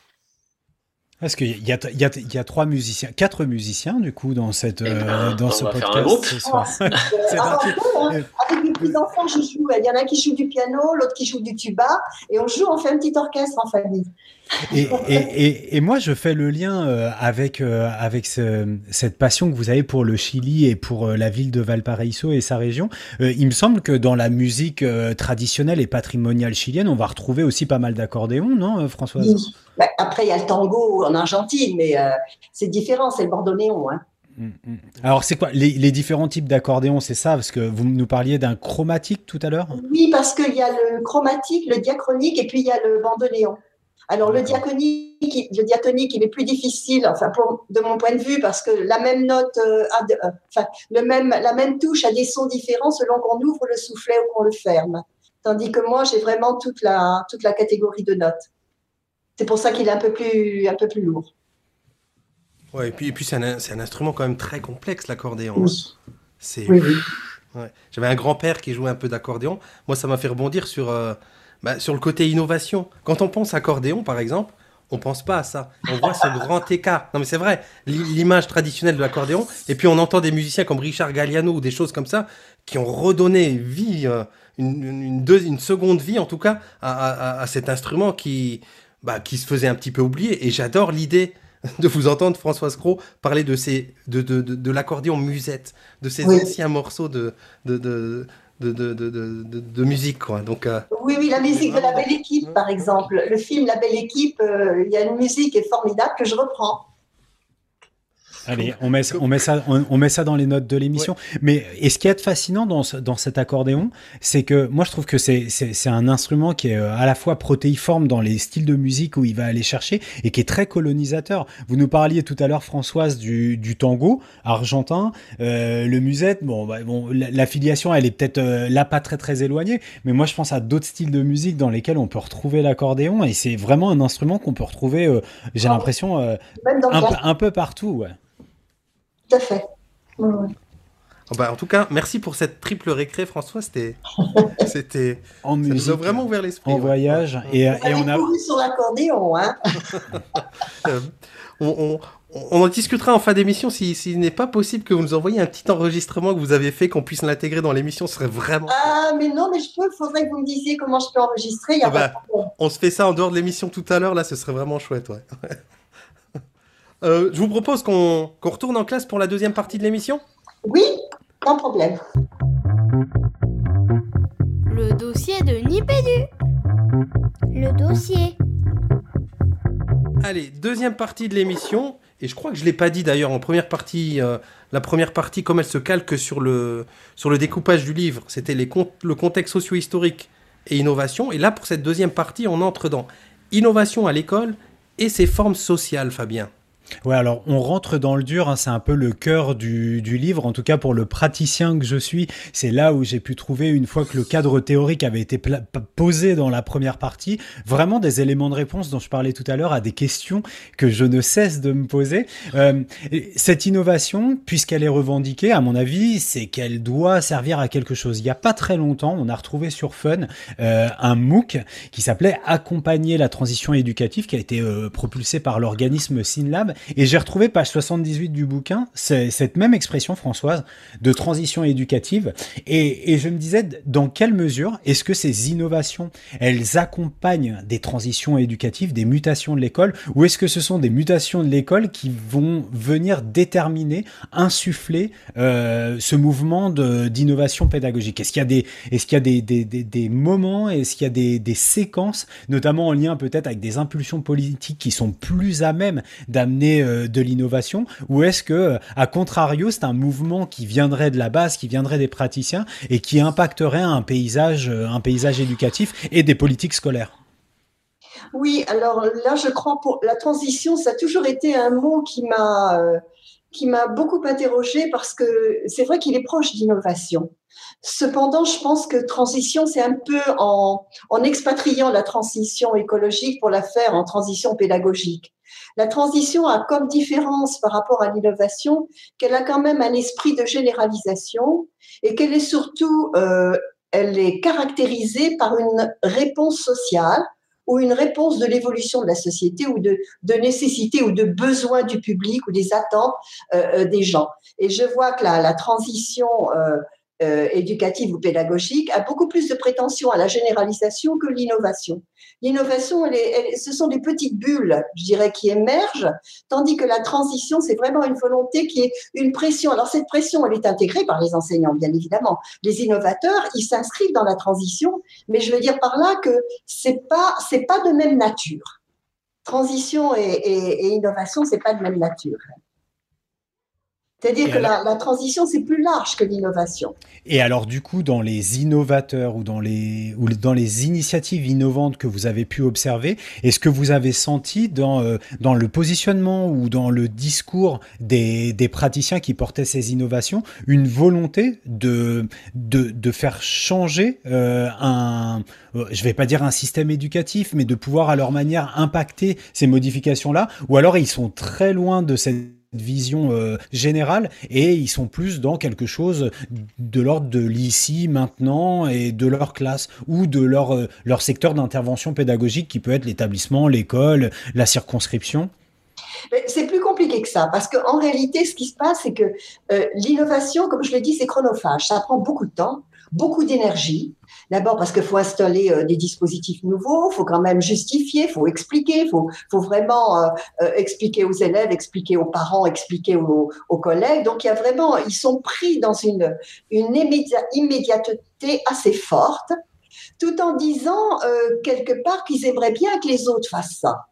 Parce qu'il y a, il y a, il y a trois musiciens, quatre musiciens du coup dans cette, ben, euh, dans ce podcast ce soir. Ah, c'est parti. Hein, avec mes petits enfants, je joue. Il y en a qui joue du piano, l'autre qui joue du tuba, et on joue, on fait un petit orchestre en famille. Et, et, et, et moi, je fais le lien euh, avec euh, avec ce, cette passion que vous avez pour le Chili et pour euh, la ville de Valparaiso et sa région. Euh, il me semble que dans la musique euh, traditionnelle et patrimoniale chilienne, on va retrouver aussi pas mal d'accordéons, non, Françoise ? Oui. Bah, après, il y a le tango en Argentine, mais euh, c'est différent, c'est le bordéon. Hein. Alors, c'est quoi les, les différents types d'accordéons, c'est ça? Parce que vous nous parliez d'un chromatique tout à l'heure. Oui, parce qu'il y a le chromatique, le diachronique, et puis il y a le bandoneon. Alors, le diachronique, le diatonique, il est plus difficile, enfin, pour, de mon point de vue, parce que la même note, euh, a de, euh, enfin, le même, la même touche a des sons différents selon qu'on ouvre le soufflet ou qu'on le ferme. Tandis que moi, j'ai vraiment toute la, toute la catégorie de notes. C'est pour ça qu'il est un peu plus, un peu plus lourd. Ouais, et puis, et puis c'est, un, c'est un instrument quand même très complexe, l'accordéon. Oui. C'est... Oui, oui. Ouais. J'avais un grand-père qui jouait un peu d'accordéon. Moi, ça m'a fait rebondir sur, euh, bah, sur le côté innovation. Quand on pense accordéon, par exemple, on pense pas à ça. On voit ce grand écart. Non, mais c'est vrai, l'image traditionnelle de l'accordéon. Et puis, on entend des musiciens comme Richard Galliano ou des choses comme ça qui ont redonné vie, euh, une, une, deux, une seconde vie, en tout cas, à, à, à cet instrument qui... Bah, qui se faisait un petit peu oublier. Et j'adore l'idée de vous entendre, Françoise Cros, parler de, ces, de, de, de, de l'accordéon musette, de ces oui. anciens morceaux de, de, de, de, de, de, de, de, de musique. Quoi. Donc, euh, oui, oui, la musique de La Belle Équipe, par exemple. Le film La Belle Équipe, euh, il y a une musique qui est formidable que je reprends. Allez, on met, on, met ça, on, on met ça dans les notes de l'émission. Ouais. Mais et ce qui est fascinant dans, ce, dans cet accordéon, c'est que moi je trouve que c'est, c'est, c'est un instrument qui est à la fois protéiforme dans les styles de musique où il va aller chercher et qui est très colonisateur. Vous nous parliez tout à l'heure, Françoise, du, du tango argentin, euh, le musette. Bon, bah, bon la, la filiation, elle est peut-être euh, là pas très très éloignée, mais moi je pense à d'autres styles de musique dans lesquels on peut retrouver l'accordéon et c'est vraiment un instrument qu'on peut retrouver, euh, j'ai oh. l'impression, euh, un, peu, un peu partout, ouais. Tout à fait. Ouais. Oh bah, en tout cas, merci pour cette triple récré, François. C'était, c'était, en ça musique, nous a vraiment ouvert l'esprit. En ouais. voyage. Ouais. Et, on, et on a couru sur l'accordéon, hein. euh, on, on, on en discutera en fin d'émission. Si, s'il n'est pas possible que vous nous envoyiez un petit enregistrement que vous avez fait, qu'on puisse l'intégrer dans l'émission, ce serait vraiment. Ah, mais non, mais je peux. Il faudrait que vous me disiez comment je peux enregistrer. Y a ah pas bah, de problème. On se fait ça en dehors de l'émission tout à l'heure. Là, ce serait vraiment chouette, ouais. Euh, je vous propose qu'on, qu'on retourne en classe pour la deuxième partie de l'émission. Oui, sans problème. Le dossier de Nipédu. Le dossier. Allez, deuxième partie de l'émission. Et je crois que je ne l'ai pas dit d'ailleurs en première partie. Euh, la première partie, comme elle se calque sur le, sur le découpage du livre, c'était les con- le contexte socio-historique et innovation. Et là, pour cette deuxième partie, on entre dans innovation à l'école et ses formes sociales, Fabien. Ouais, alors on rentre dans le dur, hein, c'est un peu le cœur du, du livre, en tout cas pour le praticien que je suis, c'est là où j'ai pu trouver, une fois que le cadre théorique avait été pla- posé dans la première partie, vraiment des éléments de réponse dont je parlais tout à l'heure à des questions que je ne cesse de me poser. Euh, cette innovation, puisqu'elle est revendiquée, à mon avis, c'est qu'elle doit servir à quelque chose. Il n'y a pas très longtemps, on a retrouvé sur Fun euh, un MOOC qui s'appelait « Accompagner la transition éducative » qui a été euh, propulsé par l'organisme Synlab. Et j'ai retrouvé, page soixante-dix-huit du bouquin, c'est cette même expression, Françoise, de transition éducative. Et, et je me disais, dans quelle mesure est-ce que ces innovations, elles accompagnent des transitions éducatives, des mutations de l'école, ou est-ce que ce sont des mutations de l'école qui vont venir déterminer, insuffler euh, ce mouvement de, d'innovation pédagogique? Est-ce qu'il y a des, est-ce qu'il y a des, des, des, des moments, est-ce qu'il y a des, des séquences, notamment en lien peut-être avec des impulsions politiques qui sont plus à même d'amener de l'innovation, ou est-ce que, à contrario, c'est un mouvement qui viendrait de la base, qui viendrait des praticiens et qui impacterait un paysage, un paysage éducatif et des politiques scolaires? Oui, alors là, je crois pour la transition, ça a toujours été un mot qui m'a euh, qui m'a beaucoup interrogée parce que c'est vrai qu'il est proche d'innovation. Cependant, je pense que transition, c'est un peu en, en expatriant la transition écologique pour la faire en transition pédagogique. La transition a comme différence par rapport à l'innovation qu'elle a quand même un esprit de généralisation et qu'elle est surtout, euh, elle est caractérisée par une réponse sociale ou une réponse de l'évolution de la société ou de, de nécessité ou de besoin du public ou des attentes euh, des gens. Et je vois que la, la transition euh, euh, éducative ou pédagogique a beaucoup plus de prétention à la généralisation que l'innovation. L'innovation, elle est, elle, ce sont des petites bulles, je dirais, qui émergent, tandis que la transition, c'est vraiment une volonté qui est une pression. Alors cette pression, elle est intégrée par les enseignants, bien évidemment. Les innovateurs, ils s'inscrivent dans la transition, mais je veux dire par là que c'est pas, c'est pas de même nature. Transition et, et, et innovation, c'est pas de même nature. C'est-à-dire et que alors, la, la transition, c'est plus large que l'innovation. Et alors, du coup, dans les innovateurs ou dans les, ou dans les initiatives innovantes que vous avez pu observer, est-ce que vous avez senti dans, euh, dans le positionnement ou dans le discours des, des praticiens qui portaient ces innovations une volonté de, de, de faire changer euh, un, euh, je ne vais pas dire un système éducatif, mais de pouvoir à leur manière impacter ces modifications-là, ou alors ils sont très loin de cette vision euh, générale et ils sont plus dans quelque chose de l'ordre de l'ici, maintenant et de leur classe ou de leur, euh, leur secteur d'intervention pédagogique qui peut être l'établissement, l'école, la circonscription? Mais c'est plus compliqué que ça parce qu'en réalité, ce qui se passe, c'est que euh, l'innovation, comme je l'ai dit, c'est chronophage. Ça prend beaucoup de temps, beaucoup d'énergie. D'abord parce qu'il faut installer euh, des dispositifs nouveaux, il faut quand même justifier, il faut expliquer, il faut, faut vraiment euh, euh, expliquer aux élèves, expliquer aux parents, expliquer aux, aux collègues. Donc, il y a vraiment, ils sont pris dans une, une immédiat, immédiateté assez forte, tout en disant euh, quelque part qu'ils aimeraient bien que les autres fassent ça.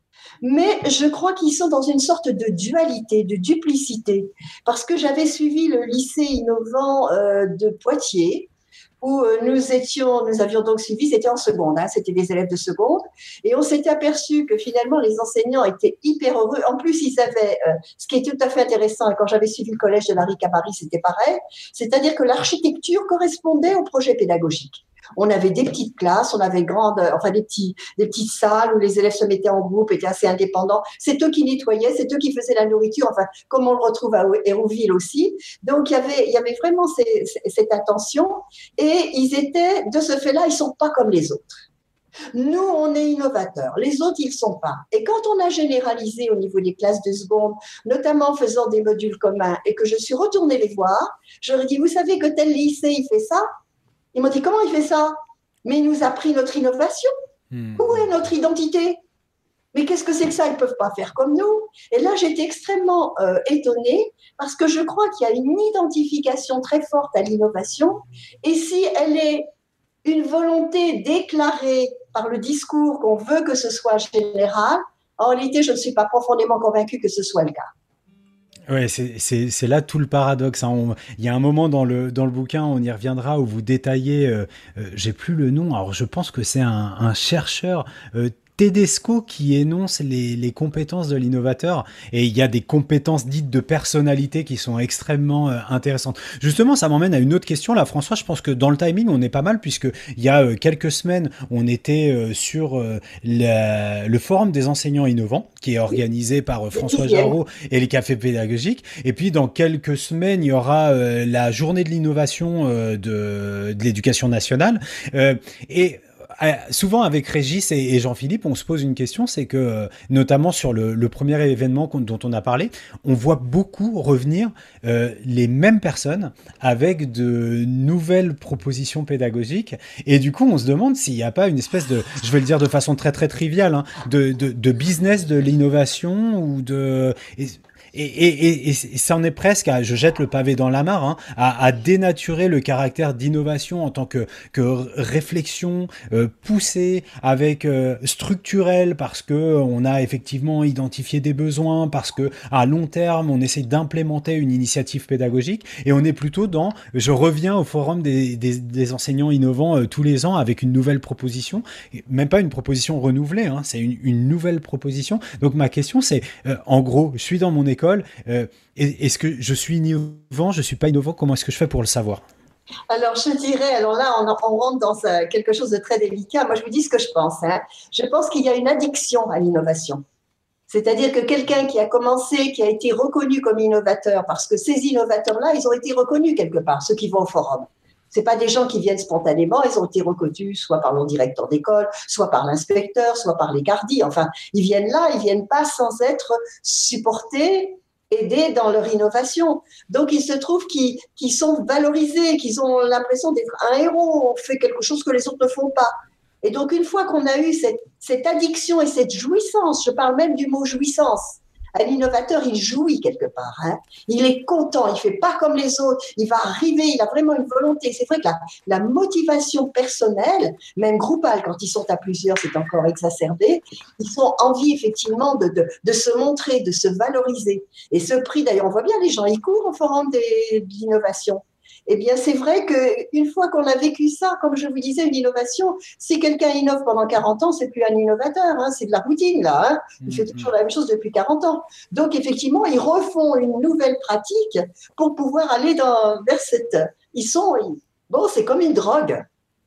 Mais je crois qu'ils sont dans une sorte de dualité, de duplicité, parce que j'avais suivi le lycée innovant euh, de Poitiers, où nous étions, nous avions donc suivi, c'était en seconde, hein, c'était des élèves de seconde, et on s'était aperçu que finalement les enseignants étaient hyper heureux. En plus, ils avaient, euh, ce qui est tout à fait intéressant, et quand j'avais suivi le collège de Laric à Paris, c'était pareil, c'est-à-dire que l'architecture correspondait au projet pédagogique. On avait des petites classes, on avait grande, enfin des petits, des petites salles où les élèves se mettaient en groupe, étaient assez indépendants. C'est eux qui nettoyaient, c'est eux qui faisaient la nourriture, enfin comme on le retrouve à Hérouville aussi. Donc il y avait, il y avait vraiment ces, cette intention, et ils étaient, de ce fait-là, ils sont pas comme les autres. Nous, on est innovateurs. Les autres, ils sont pas. Et quand on a généralisé au niveau des classes de seconde, notamment en faisant des modules communs, et que je suis retournée les voir, je leur ai dit, vous savez que tel lycée, il fait ça? Ils m'ont dit, comment il fait ça? Mais il nous a pris notre innovation. Mmh. Où est notre identité? Mais qu'est-ce que c'est que ça? Ils ne peuvent pas faire comme nous. Et là, j'étais extrêmement euh, étonnée parce que je crois qu'il y a une identification très forte à l'innovation. Et si elle est une volonté déclarée par le discours qu'on veut que ce soit général, en réalité, je ne suis pas profondément convaincue que ce soit le cas. Ouais, c'est, c'est, c'est là tout le paradoxe. Hein. On, il y a un moment dans le, dans le bouquin, on y reviendra, où vous détaillez, euh, euh, j'ai plus le nom, alors je pense que c'est un, un chercheur euh, Tedesco qui énonce les, les compétences de l'innovateur, et il y a des compétences dites de personnalité qui sont extrêmement euh, intéressantes. Justement, ça m'emmène à une autre question là, François. Je pense que dans le timing, on est pas mal, puisque il y a euh, quelques semaines, on était euh, sur euh, la, le forum des enseignants innovants, qui est organisé par euh, François Jarreau et les cafés pédagogiques. Et puis, dans quelques semaines, il y aura euh, la journée de l'innovation euh, de, de l'éducation nationale. Euh, et souvent avec Régis et, et Jean-Philippe, on se pose une question, c'est que euh, notamment sur le, le premier événement dont on a parlé, on voit beaucoup revenir euh, les mêmes personnes avec de nouvelles propositions pédagogiques, et du coup on se demande s'il n'y a pas une espèce de, je vais le dire de façon très très triviale, hein, de, de, de business de l'innovation ou de... Et, Et, et, et, et ça en est presque à, je jette le pavé dans la mare, hein, à, à dénaturer le caractère d'innovation en tant que, que réflexion euh, poussée, avec euh, structurelle, parce que on a effectivement identifié des besoins, parce que à long terme on essaie d'implémenter une initiative pédagogique, et on est plutôt dans, je reviens au forum des, des, des enseignants innovants euh, tous les ans avec une nouvelle proposition, même pas une proposition renouvelée, hein, c'est une, une nouvelle proposition. Donc ma question c'est, euh, en gros, je suis dans mon école. Euh, est-ce que je suis innovant, je suis pas innovant, comment est-ce que je fais pour le savoir? Alors, je dirais, alors là, on, on rentre dans euh, quelque chose de très délicat. Moi, je vous dis ce que je pense. Hein. Je pense qu'il y a une addiction à l'innovation. C'est-à-dire que quelqu'un qui a commencé, qui a été reconnu comme innovateur, parce que ces innovateurs-là, ils ont été reconnus quelque part, ceux qui vont au forum. C'est pas des gens qui viennent spontanément, ils ont été reconnus soit par le directeur d'école, soit par l'inspecteur, soit par les gardis. Enfin, ils viennent là, ils viennent pas sans être supportés, aidés dans leur innovation. Donc, il se trouve qu'ils, qu'ils sont valorisés, qu'ils ont l'impression d'être un héros, on fait quelque chose que les autres ne font pas. Et donc, une fois qu'on a eu cette, cette addiction et cette jouissance, je parle même du mot jouissance, un innovateur, il jouit quelque part. Hein. Il est content, il ne fait pas comme les autres, il va arriver, il a vraiment une volonté. C'est vrai que la, la motivation personnelle, même groupale, quand ils sont à plusieurs, c'est encore exacerbé, ils ont envie effectivement de, de, de se montrer, de se valoriser. Et ce prix, d'ailleurs, on voit bien, les gens, ils courent au forum des, de l'innovation. Eh bien, c'est vrai qu'une fois qu'on a vécu ça, comme je vous disais, une innovation, si quelqu'un innove pendant quarante ans, c'est plus un innovateur, hein, c'est de la routine, là. Hein. Il fait toujours la même chose depuis quarante ans. Donc, effectivement, ils refont une nouvelle pratique pour pouvoir aller dans, vers cette... Ils sont... Bon, c'est comme une drogue.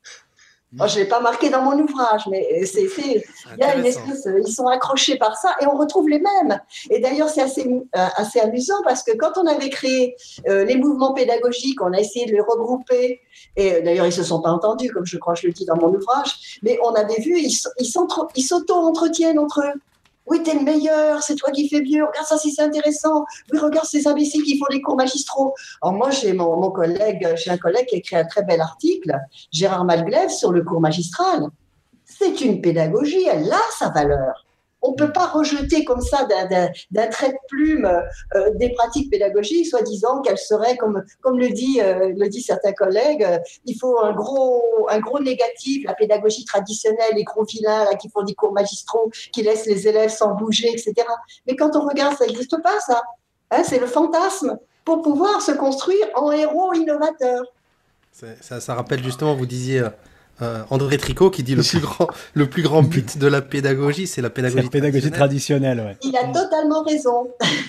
Moi, je ne l'ai pas marqué dans mon ouvrage, mais c'est, c'est, il y a une espèce, ils sont accrochés par ça et on retrouve les mêmes. Et d'ailleurs, c'est assez, euh, assez amusant parce que quand on avait créé euh, les mouvements pédagogiques, on a essayé de les regrouper. Et d'ailleurs, ils ne se sont pas entendus, comme je crois que je le dis dans mon ouvrage. Mais on avait vu, ils, ils, ils s'auto-entretiennent entre eux. Oui, t'es le meilleur, c'est toi qui fais mieux, regarde ça si c'est intéressant. Oui, regarde ces imbéciles qui font les cours magistraux. Alors moi, j'ai mon, mon collègue, j'ai un collègue qui a écrit un très bel article, Gérard Malglaive, sur le cours magistral. C'est une pédagogie, elle a sa valeur. On ne peut pas rejeter comme ça d'un, d'un, d'un trait de plume euh, des pratiques pédagogiques, soi-disant qu'elles seraient, comme, comme le, dit, euh, le dit certains collègues, euh, il faut un gros, un gros négatif, la pédagogie traditionnelle, les gros vilains là, qui font des cours magistraux, qui laissent les élèves sans bouger, et cetera. Mais quand on regarde, ça n'existe pas, ça. Hein, c'est le fantasme pour pouvoir se construire en héros innovateur. C'est, ça, ça rappelle justement, vous disiez... Euh, André Tricot qui dit le plus grand, le plus grand but de la pédagogie, c'est la pédagogie, c'est la pédagogie traditionnelle. traditionnelle ouais. Il a totalement raison.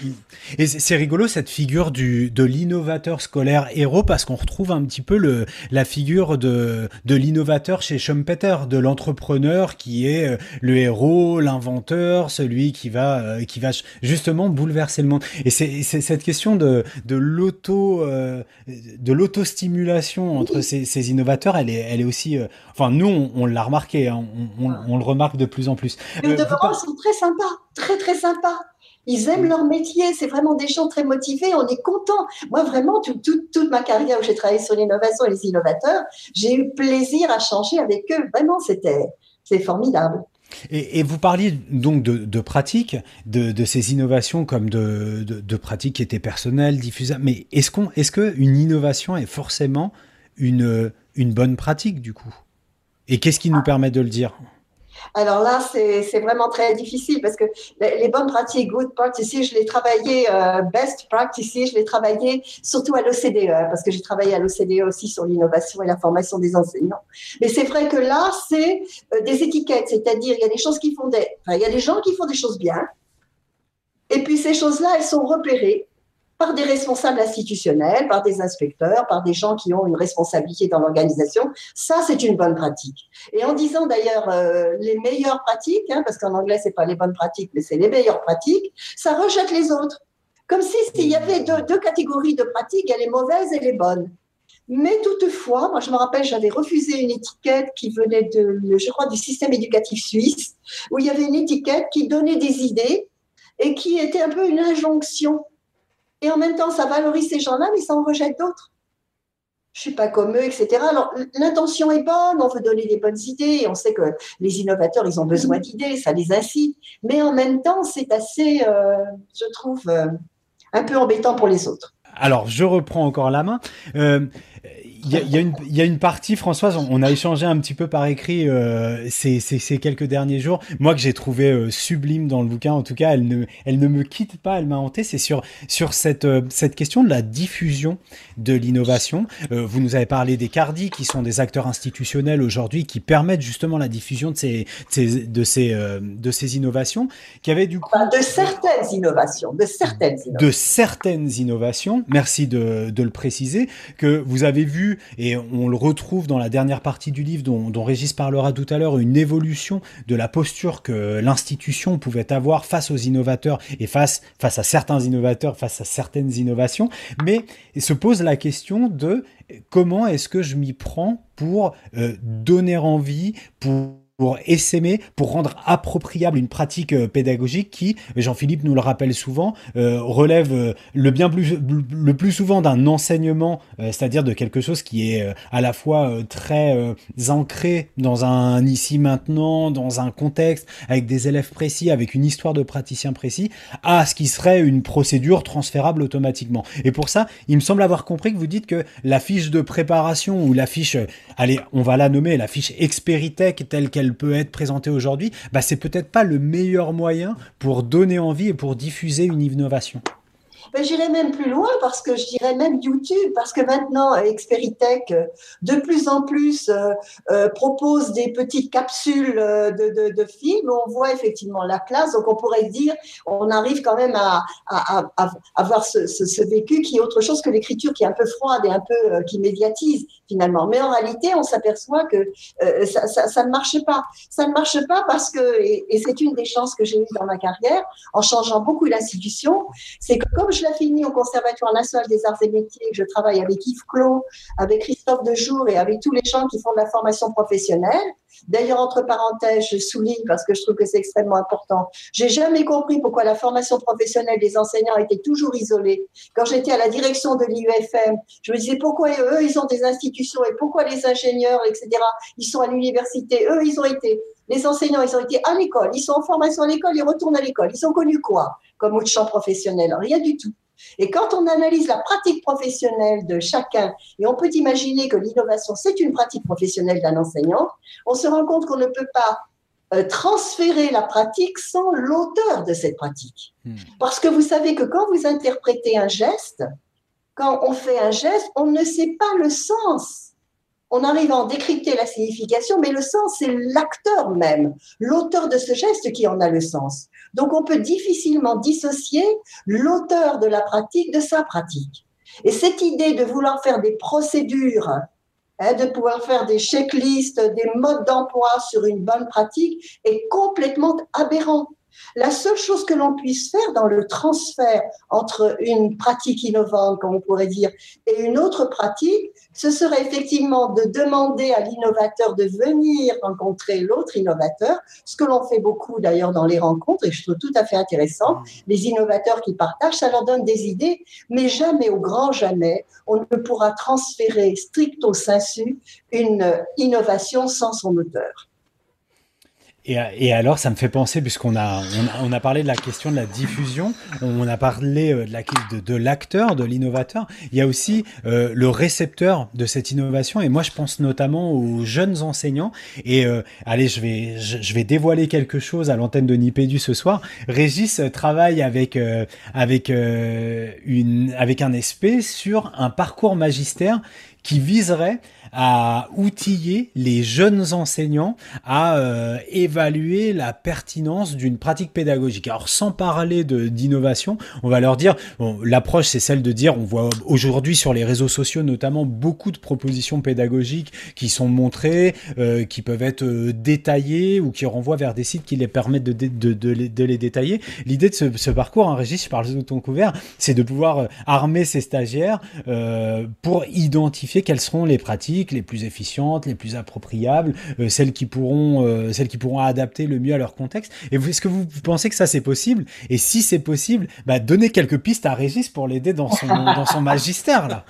Et c'est, c'est rigolo cette figure du, de l'innovateur scolaire héros, parce qu'on retrouve un petit peu le, la figure de, de l'innovateur chez Schumpeter, de l'entrepreneur qui est le héros, l'inventeur, celui qui va, qui va justement bouleverser le monde. Et c'est, c'est cette question de, de, l'auto, euh, de l'autostimulation entre oui. ces, ces innovateurs, elle est, elle est aussi... Euh, Enfin, nous, on, on l'a remarqué, hein, on, on, on le remarque de plus en plus. Les euh, demeurants pas... sont très sympas, très très sympas. Ils aiment leur métier, c'est vraiment des gens très motivés, on est contents. Moi, vraiment, tout, tout, toute ma carrière où j'ai travaillé sur l'innovation et les innovateurs, j'ai eu plaisir à changer avec eux. Vraiment, c'était, c'est formidable. Et, et vous parliez donc de, de pratiques, de, de ces innovations comme de, de, de pratiques qui étaient personnelles, diffusables. Mais est-ce qu'on, est-ce qu'une innovation est forcément une, une bonne pratique, du coup ? Et qu'est-ce qui nous permet de le dire ? Alors là, c'est c'est vraiment très difficile parce que les, les bonnes pratiques, good practices, je l'ai travaillé, euh, best practices, je l'ai travaillé surtout à l'O C D E, hein, parce que j'ai travaillé à l'O C D E aussi sur l'innovation et la formation des enseignants. Mais c'est vrai que là, c'est euh, des étiquettes, c'est-à-dire il y a des choses qui font des, enfin, il y a des gens qui font des choses bien, et puis ces choses-là, elles sont repérées par des responsables institutionnels, par des inspecteurs, par des gens qui ont une responsabilité dans l'organisation. Ça, c'est une bonne pratique. Et en disant d'ailleurs euh, les meilleures pratiques, hein, parce qu'en anglais, c'est pas les bonnes pratiques, mais c'est les meilleures pratiques, ça rejette les autres. Comme si s'il y avait deux, deux catégories de pratiques, il y a les mauvaises et les bonnes. Mais toutefois, moi je me rappelle, j'avais refusé une étiquette qui venait de, je crois, du système éducatif suisse, où il y avait une étiquette qui donnait des idées et qui était un peu une injonction. Et en même temps, ça valorise ces gens-là, mais ça en rejette d'autres. Je ne suis pas comme eux, et cetera. Alors, l'intention est bonne, on veut donner des bonnes idées, et on sait que les innovateurs, ils ont besoin d'idées, ça les incite. Mais en même temps, c'est assez, euh, je trouve, euh, un peu embêtant pour les autres. Alors, je reprends encore la main. Euh, Il y, a, il, y a une, il y a une partie, Françoise, on, on a échangé un petit peu par écrit euh, ces, ces, ces quelques derniers jours. Moi, que j'ai trouvé euh, sublime dans le bouquin, en tout cas, elle ne, elle ne me quitte pas, elle m'a hanté. C'est sur, sur cette, euh, cette question de la diffusion de l'innovation. Euh, vous nous avez parlé des CARDI, qui sont des acteurs institutionnels aujourd'hui, qui permettent justement la diffusion de ces, de ces, de ces, euh, de ces innovations, qui avaient du coup... Enfin, de certaines innovations, de certaines innovations. De certaines innovations, merci de, de le préciser, que vous avez vu, et on le retrouve dans la dernière partie du livre dont, dont Régis parlera tout à l'heure, une évolution de la posture que l'institution pouvait avoir face aux innovateurs et face, face à certains innovateurs, face à certaines innovations, mais se pose la question de comment est-ce que je m'y prends pour euh, donner envie, pour pour essaimer, pour rendre appropriable une pratique euh, pédagogique qui, Jean-Philippe nous le rappelle souvent, euh, relève euh, le bien plus, le plus souvent d'un enseignement, euh, c'est-à-dire de quelque chose qui est euh, à la fois euh, très euh, ancré dans un ici-maintenant, dans un contexte, avec des élèves précis, avec une histoire de praticien précis, à ce qui serait une procédure transférable automatiquement. Et pour ça, il me semble avoir compris que vous dites que la fiche de préparation ou la fiche, euh, allez, on va la nommer, la fiche Experitech telle qu'elle peut être présentée aujourd'hui, bah c'est peut-être pas le meilleur moyen pour donner envie et pour diffuser une innovation. Ben, j'irais même plus loin parce que je dirais même YouTube, parce que maintenant Experitech de plus en plus euh, euh, propose des petites capsules de, de, de films où on voit effectivement la classe, donc on pourrait dire on arrive quand même à, à, à, à avoir ce, ce, ce vécu qui est autre chose que l'écriture, qui est un peu froide et un peu euh, qui médiatise finalement. Mais en réalité, on s'aperçoit que euh, ça, ça, ça ne marche pas. Ça ne marche pas parce que, et, et c'est une des chances que j'ai eues dans ma carrière, en changeant beaucoup l'institution, c'est que comme je l'ai fini au Conservatoire national des arts et métiers, je travaille avec Yves Clos, avec Christophe Dejour et avec tous les gens qui font de la formation professionnelle. D'ailleurs, entre parenthèses, je souligne parce que je trouve que c'est extrêmement important. J'ai jamais compris pourquoi la formation professionnelle des enseignants était toujours isolée. Quand j'étais à la direction de l'I U F M, je me disais pourquoi eux, ils ont des institutions et pourquoi les ingénieurs, et cetera, ils sont à l'université. Eux, ils ont été, les enseignants, ils ont été à l'école, ils sont en formation à l'école, ils retournent à l'école. Ils ont connu quoi comme autre champ professionnel? Rien du tout. Et quand on analyse la pratique professionnelle de chacun, et on peut imaginer que l'innovation, c'est une pratique professionnelle d'un enseignant, on se rend compte qu'on ne peut pas euh, transférer la pratique sans l'auteur de cette pratique. Mmh. Parce que vous savez que quand vous interprétez un geste, quand on fait un geste, on ne sait pas le sens. On arrive à en décrypter la signification, mais le sens, c'est l'acteur même, l'auteur de ce geste qui en a le sens. Donc, on peut difficilement dissocier l'auteur de la pratique de sa pratique. Et cette idée de vouloir faire des procédures, hein, de pouvoir faire des checklists, des modes d'emploi sur une bonne pratique est complètement aberrant. La seule chose que l'on puisse faire dans le transfert entre une pratique innovante, comme on pourrait dire, et une autre pratique, ce serait effectivement de demander à l'innovateur de venir rencontrer l'autre innovateur, ce que l'on fait beaucoup d'ailleurs dans les rencontres, et je trouve tout à fait intéressant. Les innovateurs qui partagent, ça leur donne des idées, mais jamais, au grand jamais, on ne pourra transférer stricto sensu une innovation sans son auteur. Et, et alors, ça me fait penser, puisqu'on a, on a, on a parlé de la question de la diffusion, on a parlé de, la, de, de l'acteur, de l'innovateur, il y a aussi euh, le récepteur de cette innovation, et moi je pense notamment aux jeunes enseignants, et euh, allez, je vais, je, je vais dévoiler quelque chose à l'antenne de Nipédu ce soir. Régis travaille avec, euh, avec, euh, une, avec un S P sur un parcours magistère qui viserait à outiller les jeunes enseignants à euh, évaluer la pertinence d'une pratique pédagogique. Alors, sans parler de, d'innovation, on va leur dire, bon, l'approche, c'est celle de dire, on voit aujourd'hui sur les réseaux sociaux notamment beaucoup de propositions pédagogiques qui sont montrées, euh, qui peuvent être euh, détaillées ou qui renvoient vers des sites qui les permettent de, de, de, de, les, de les détailler. L'idée de ce, ce parcours, hein, Régis, je parle sous ton couvert, c'est de pouvoir armer ces stagiaires euh, pour identifier quelles seront les pratiques les plus efficientes, les plus appropriables, euh, celles qui pourront, euh, celles qui pourront adapter le mieux à leur contexte. Et vous, est-ce que vous pensez que ça c'est possible? Et si c'est possible, bah, donnez quelques pistes à Régis pour l'aider dans son, dans son magistère là.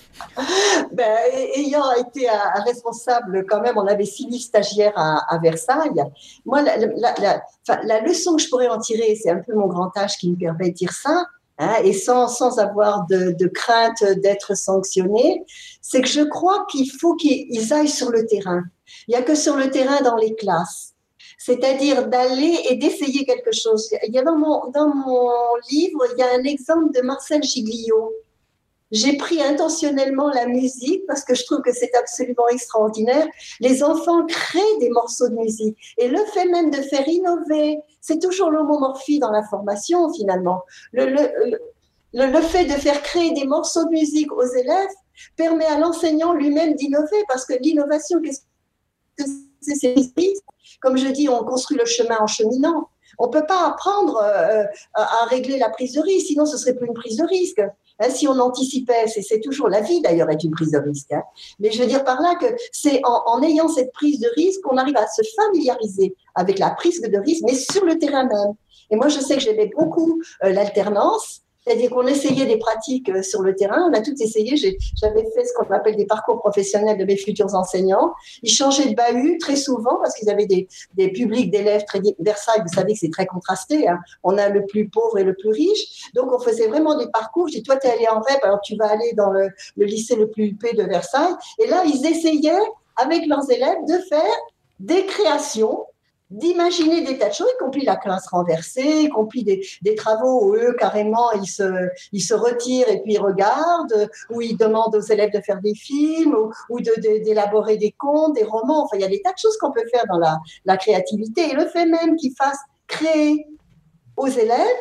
Ben, ayant été un responsable, quand même, on avait six mille stagiaires à, à Versailles. Moi, la, la, la, enfin, la leçon que je pourrais en tirer, c'est un peu mon grand âge qui me permet de dire ça. Hein, et sans, sans avoir de, de crainte d'être sanctionné, c'est que je crois qu'il faut qu'ils aillent sur le terrain. Il n'y a que sur le terrain dans les classes. C'est-à-dire d'aller et d'essayer quelque chose. Il y a dans mon, dans mon livre, il y a un exemple de Marcel Giglio. J'ai pris intentionnellement la musique parce que je trouve que c'est absolument extraordinaire. Les enfants créent des morceaux de musique. Et le fait même de faire innover, c'est toujours l'homomorphie dans la formation finalement. Le, le, le, le fait de faire créer des morceaux de musique aux élèves permet à l'enseignant lui-même d'innover parce que l'innovation, qu'est-ce que c'est? C'est comme je dis, on construit le chemin en cheminant. On ne peut pas apprendre euh, à, à régler la prise de risque, sinon ce serait plus une prise de risque. Hein, si on anticipait, c'est, c'est toujours la vie d'ailleurs est une prise de risque. Hein. Mais je veux dire par là que c'est en, en ayant cette prise de risque qu'on arrive à se familiariser avec la prise de risque, mais sur le terrain même. Et moi, je sais que j'aimais beaucoup euh, l'alternance. C'est-à-dire qu'on essayait des pratiques sur le terrain. On a tout essayé. J'ai, j'avais fait ce qu'on appelle des parcours professionnels de mes futurs enseignants. Ils changeaient de bahut très souvent parce qu'ils avaient des, des publics d'élèves très... Versailles, vous savez que c'est très contrasté. Hein. On a le plus pauvre et le plus riche. Donc, on faisait vraiment des parcours. Je dis, toi, tu es allé en R E P, alors tu vas aller dans le, le lycée le plus huppé de Versailles. Et là, ils essayaient, avec leurs élèves, de faire des créations, d'imaginer des tas de choses, y compris la classe renversée, y compris des, des travaux où eux, carrément, ils se, ils se retirent et puis ils regardent, où ils demandent aux élèves de faire des films, ou, ou de, de, d'élaborer des contes, des romans. Enfin, il y a des tas de choses qu'on peut faire dans la, la créativité. Et le fait même qu'ils fassent créer aux élèves,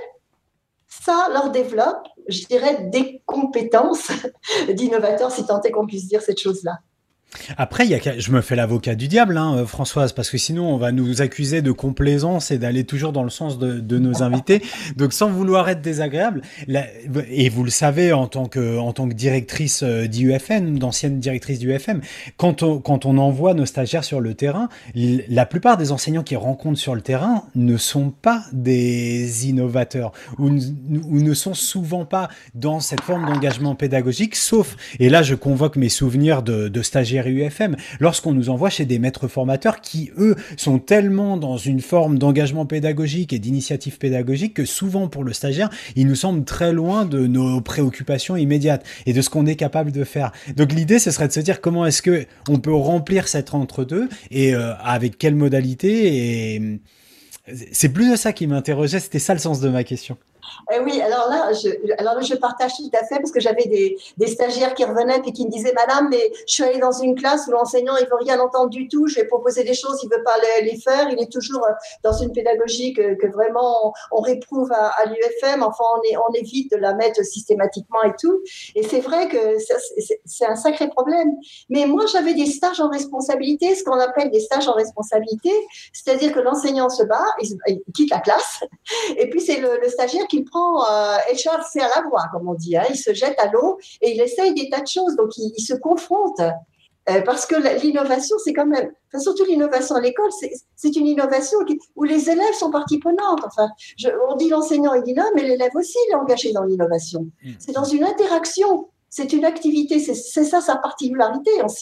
ça leur développe, je dirais, des compétences d'innovateurs, si tant est qu'on puisse dire cette chose-là. Après, il y a, je me fais l'avocat du diable, hein, Françoise, parce que sinon on va nous accuser de complaisance et d'aller toujours dans le sens de, de nos invités. Donc, sans vouloir être désagréable, la, et vous le savez en tant que, en tant que directrice d'I U F M, d'ancienne directrice d'I U F M, quand on, quand on envoie nos stagiaires sur le terrain, la plupart des enseignants qui rencontrent sur le terrain ne sont pas des innovateurs ou, ou ne sont souvent pas dans cette forme d'engagement pédagogique, sauf, et là je convoque mes souvenirs de, de stagiaires U F M, lorsqu'on nous envoie chez des maîtres formateurs qui, eux, sont tellement dans une forme d'engagement pédagogique et d'initiative pédagogique que souvent, pour le stagiaire, il nous semble très loin de nos préoccupations immédiates et de ce qu'on est capable de faire. Donc l'idée, ce serait de se dire comment est-ce que on peut remplir cet entre-deux et euh, avec quelle modalité, et c'est plus de ça qui m'interrogeait, c'était ça le sens de ma question. Eh oui, alors là, je, alors là, je partage tout à fait parce que j'avais des, des stagiaires qui revenaient et qui me disaient, Madame, mais je suis allée dans une classe où l'enseignant, il veut rien entendre du tout, je vais proposer des choses, il veut pas les, les faire, il est toujours dans une pédagogie que, que vraiment on, on réprouve à, à l'U F M, enfin on, est, on évite de la mettre systématiquement et tout. Et c'est vrai que ça, c'est, c'est un sacré problème. Mais moi, j'avais des stages en responsabilité, ce qu'on appelle des stages en responsabilité, c'est-à-dire que l'enseignant se bat, il, il quitte la classe, et puis c'est le, le stagiaire qui prend euh, H R C à la voix, comme on dit. Hein. Il se jette à l'eau et il essaye des tas de choses. Donc, il, il se confronte. Euh, parce que l'innovation, c'est quand même... Enfin, surtout l'innovation à l'école, c'est, c'est une innovation qui, où les élèves sont partie prenante. Enfin, je, on dit l'enseignant, il dit non, mais l'élève aussi, il est engagé dans l'innovation. C'est dans une interaction. C'est une activité. C'est, c'est ça sa particularité aussi.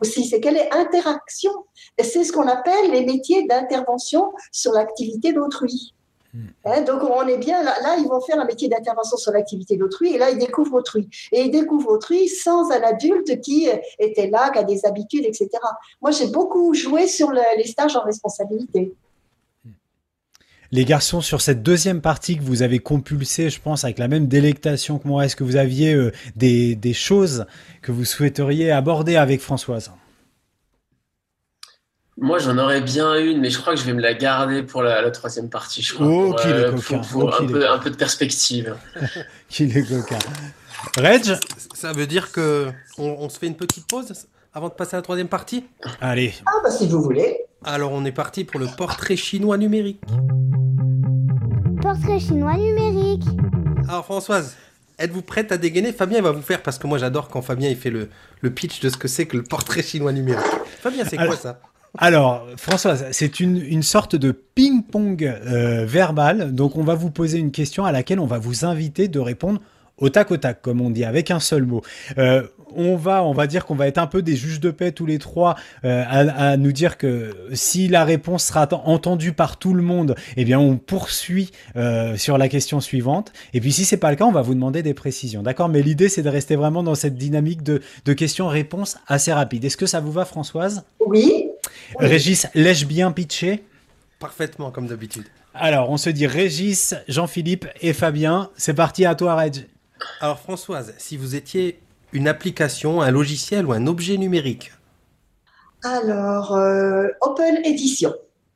aussi, c'est quelle est interaction. Et c'est ce qu'on appelle les métiers d'intervention sur l'activité d'autrui. Hein, donc on est bien là, là, ils vont faire un métier d'intervention sur l'activité d'autrui et là ils découvrent autrui. Et ils découvrent autrui sans un adulte qui était là, qui a des habitudes, et cetera. Moi j'ai beaucoup joué sur le, les stages en responsabilité. Les garçons, sur cette deuxième partie que vous avez compulsée, je pense, avec la même délectation que moi, est-ce que vous aviez euh, des, des choses que vous souhaiteriez aborder avec Françoise ? Moi, j'en aurais bien une, mais je crois que je vais me la garder pour la, la troisième partie, je crois. Oh, pour, qu'il est euh, coquin. pour, pour Oh, un, qu'il peu, est un peu de perspective. Qu'il est coquin. Reg ? Ça veut dire que on, on se fait une petite pause avant de passer à la troisième partie ? Allez. Ah bah si vous voulez. Alors on est parti pour le portrait chinois numérique. Portrait chinois numérique. Alors Françoise, êtes-vous prête à dégainer ? Fabien il va vous faire, parce que moi j'adore quand Fabien il fait le, le pitch de ce que c'est que le portrait chinois numérique. Fabien, c'est Alors, quoi ça ? Alors, Françoise, c'est une, une sorte de ping-pong euh, verbal. Donc, on va vous poser une question à laquelle on va vous inviter de répondre au tac au tac, comme on dit, avec un seul mot. Euh, on va, on va dire qu'on va être un peu des juges de paix tous les trois euh, à, à nous dire que si la réponse sera entendue par tout le monde, eh bien, on poursuit euh, sur la question suivante. Et puis, si c'est pas le cas, on va vous demander des précisions. D'accord ? Mais l'idée, c'est de rester vraiment dans cette dynamique de, de questions-réponses assez rapides. Est-ce que ça vous va, Françoise ? Oui. Oui. Régis, l'ai-je bien pitché ? Parfaitement, comme d'habitude. Alors, on se dit Régis, Jean-Philippe et Fabien. C'est parti, à toi, Reg. Alors Françoise, si vous étiez une application, un logiciel ou un objet numérique ? Alors, euh, Open Edition.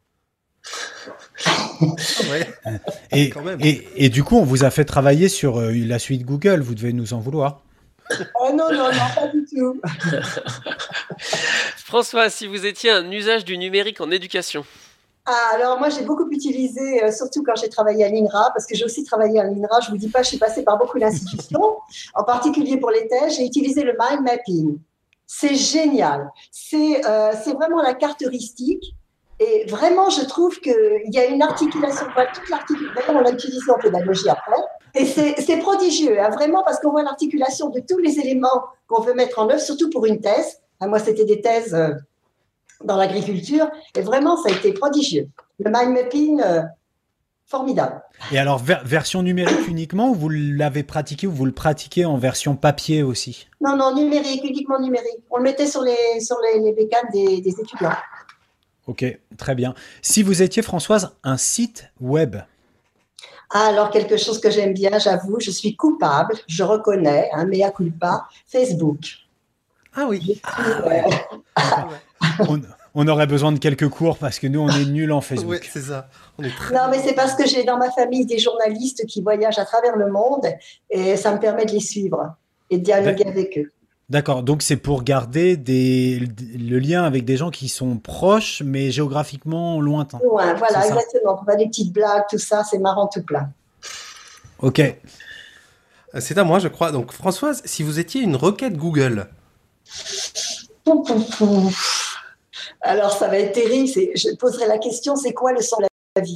Ouais. Et, Quand même. et, et du coup, on vous a fait travailler sur euh, la suite Google. Vous devez nous en vouloir. Oh non, non, non, pas du tout. François, si vous étiez un usage du numérique en éducation ? Ah, alors moi j'ai beaucoup utilisé, euh, surtout quand j'ai travaillé à l'INRA, parce que j'ai aussi travaillé à l'INRA, je ne vous dis pas, je suis passée par beaucoup d'institutions, en particulier pour les thèses, j'ai utilisé le mind mapping. C'est génial, c'est euh, c'est vraiment la carte heuristique, et vraiment je trouve qu'il y a une articulation, voilà, toute l'articulation, d'ailleurs on l'a utilisé en pédagogie après, et c'est c'est prodigieux, hein, vraiment, parce qu'on voit l'articulation de tous les éléments qu'on veut mettre en œuvre, surtout pour une thèse. Hein, moi c'était des thèses... Euh, dans l'agriculture, et vraiment, ça a été prodigieux. Le mind mapping, euh, formidable. Et alors, ver- version numérique uniquement, ou vous l'avez pratiqué, ou vous le pratiquez en version papier aussi ? Non, non, numérique, uniquement numérique. On le mettait sur les, sur les, les bécanes des, des étudiants. Ok, très bien. Si vous étiez, Françoise, un site web ? Ah, alors, quelque chose que j'aime bien, j'avoue, je suis coupable, je reconnais, hein, mea culpa, Facebook. Ah oui. Ah, ouais. on, on aurait besoin de quelques cours parce que nous, on est nuls en Facebook. Ouais, c'est ça. On est très... Non, mais c'est parce que j'ai dans ma famille des journalistes qui voyagent à travers le monde et ça me permet de les suivre et de dialoguer D'ac- avec eux. D'accord, donc c'est pour garder des, le lien avec des gens qui sont proches, mais géographiquement lointains. Ouais, voilà, C'est ça. exactement. Pour faire des petites blagues, tout ça, c'est marrant tout plein. Ok. C'est à moi, je crois. Donc Françoise, si vous étiez une requête Google... Pouf, pouf, pouf. Alors, ça va être terrible. C'est, je poserai la question, c'est quoi le sens de la vie ?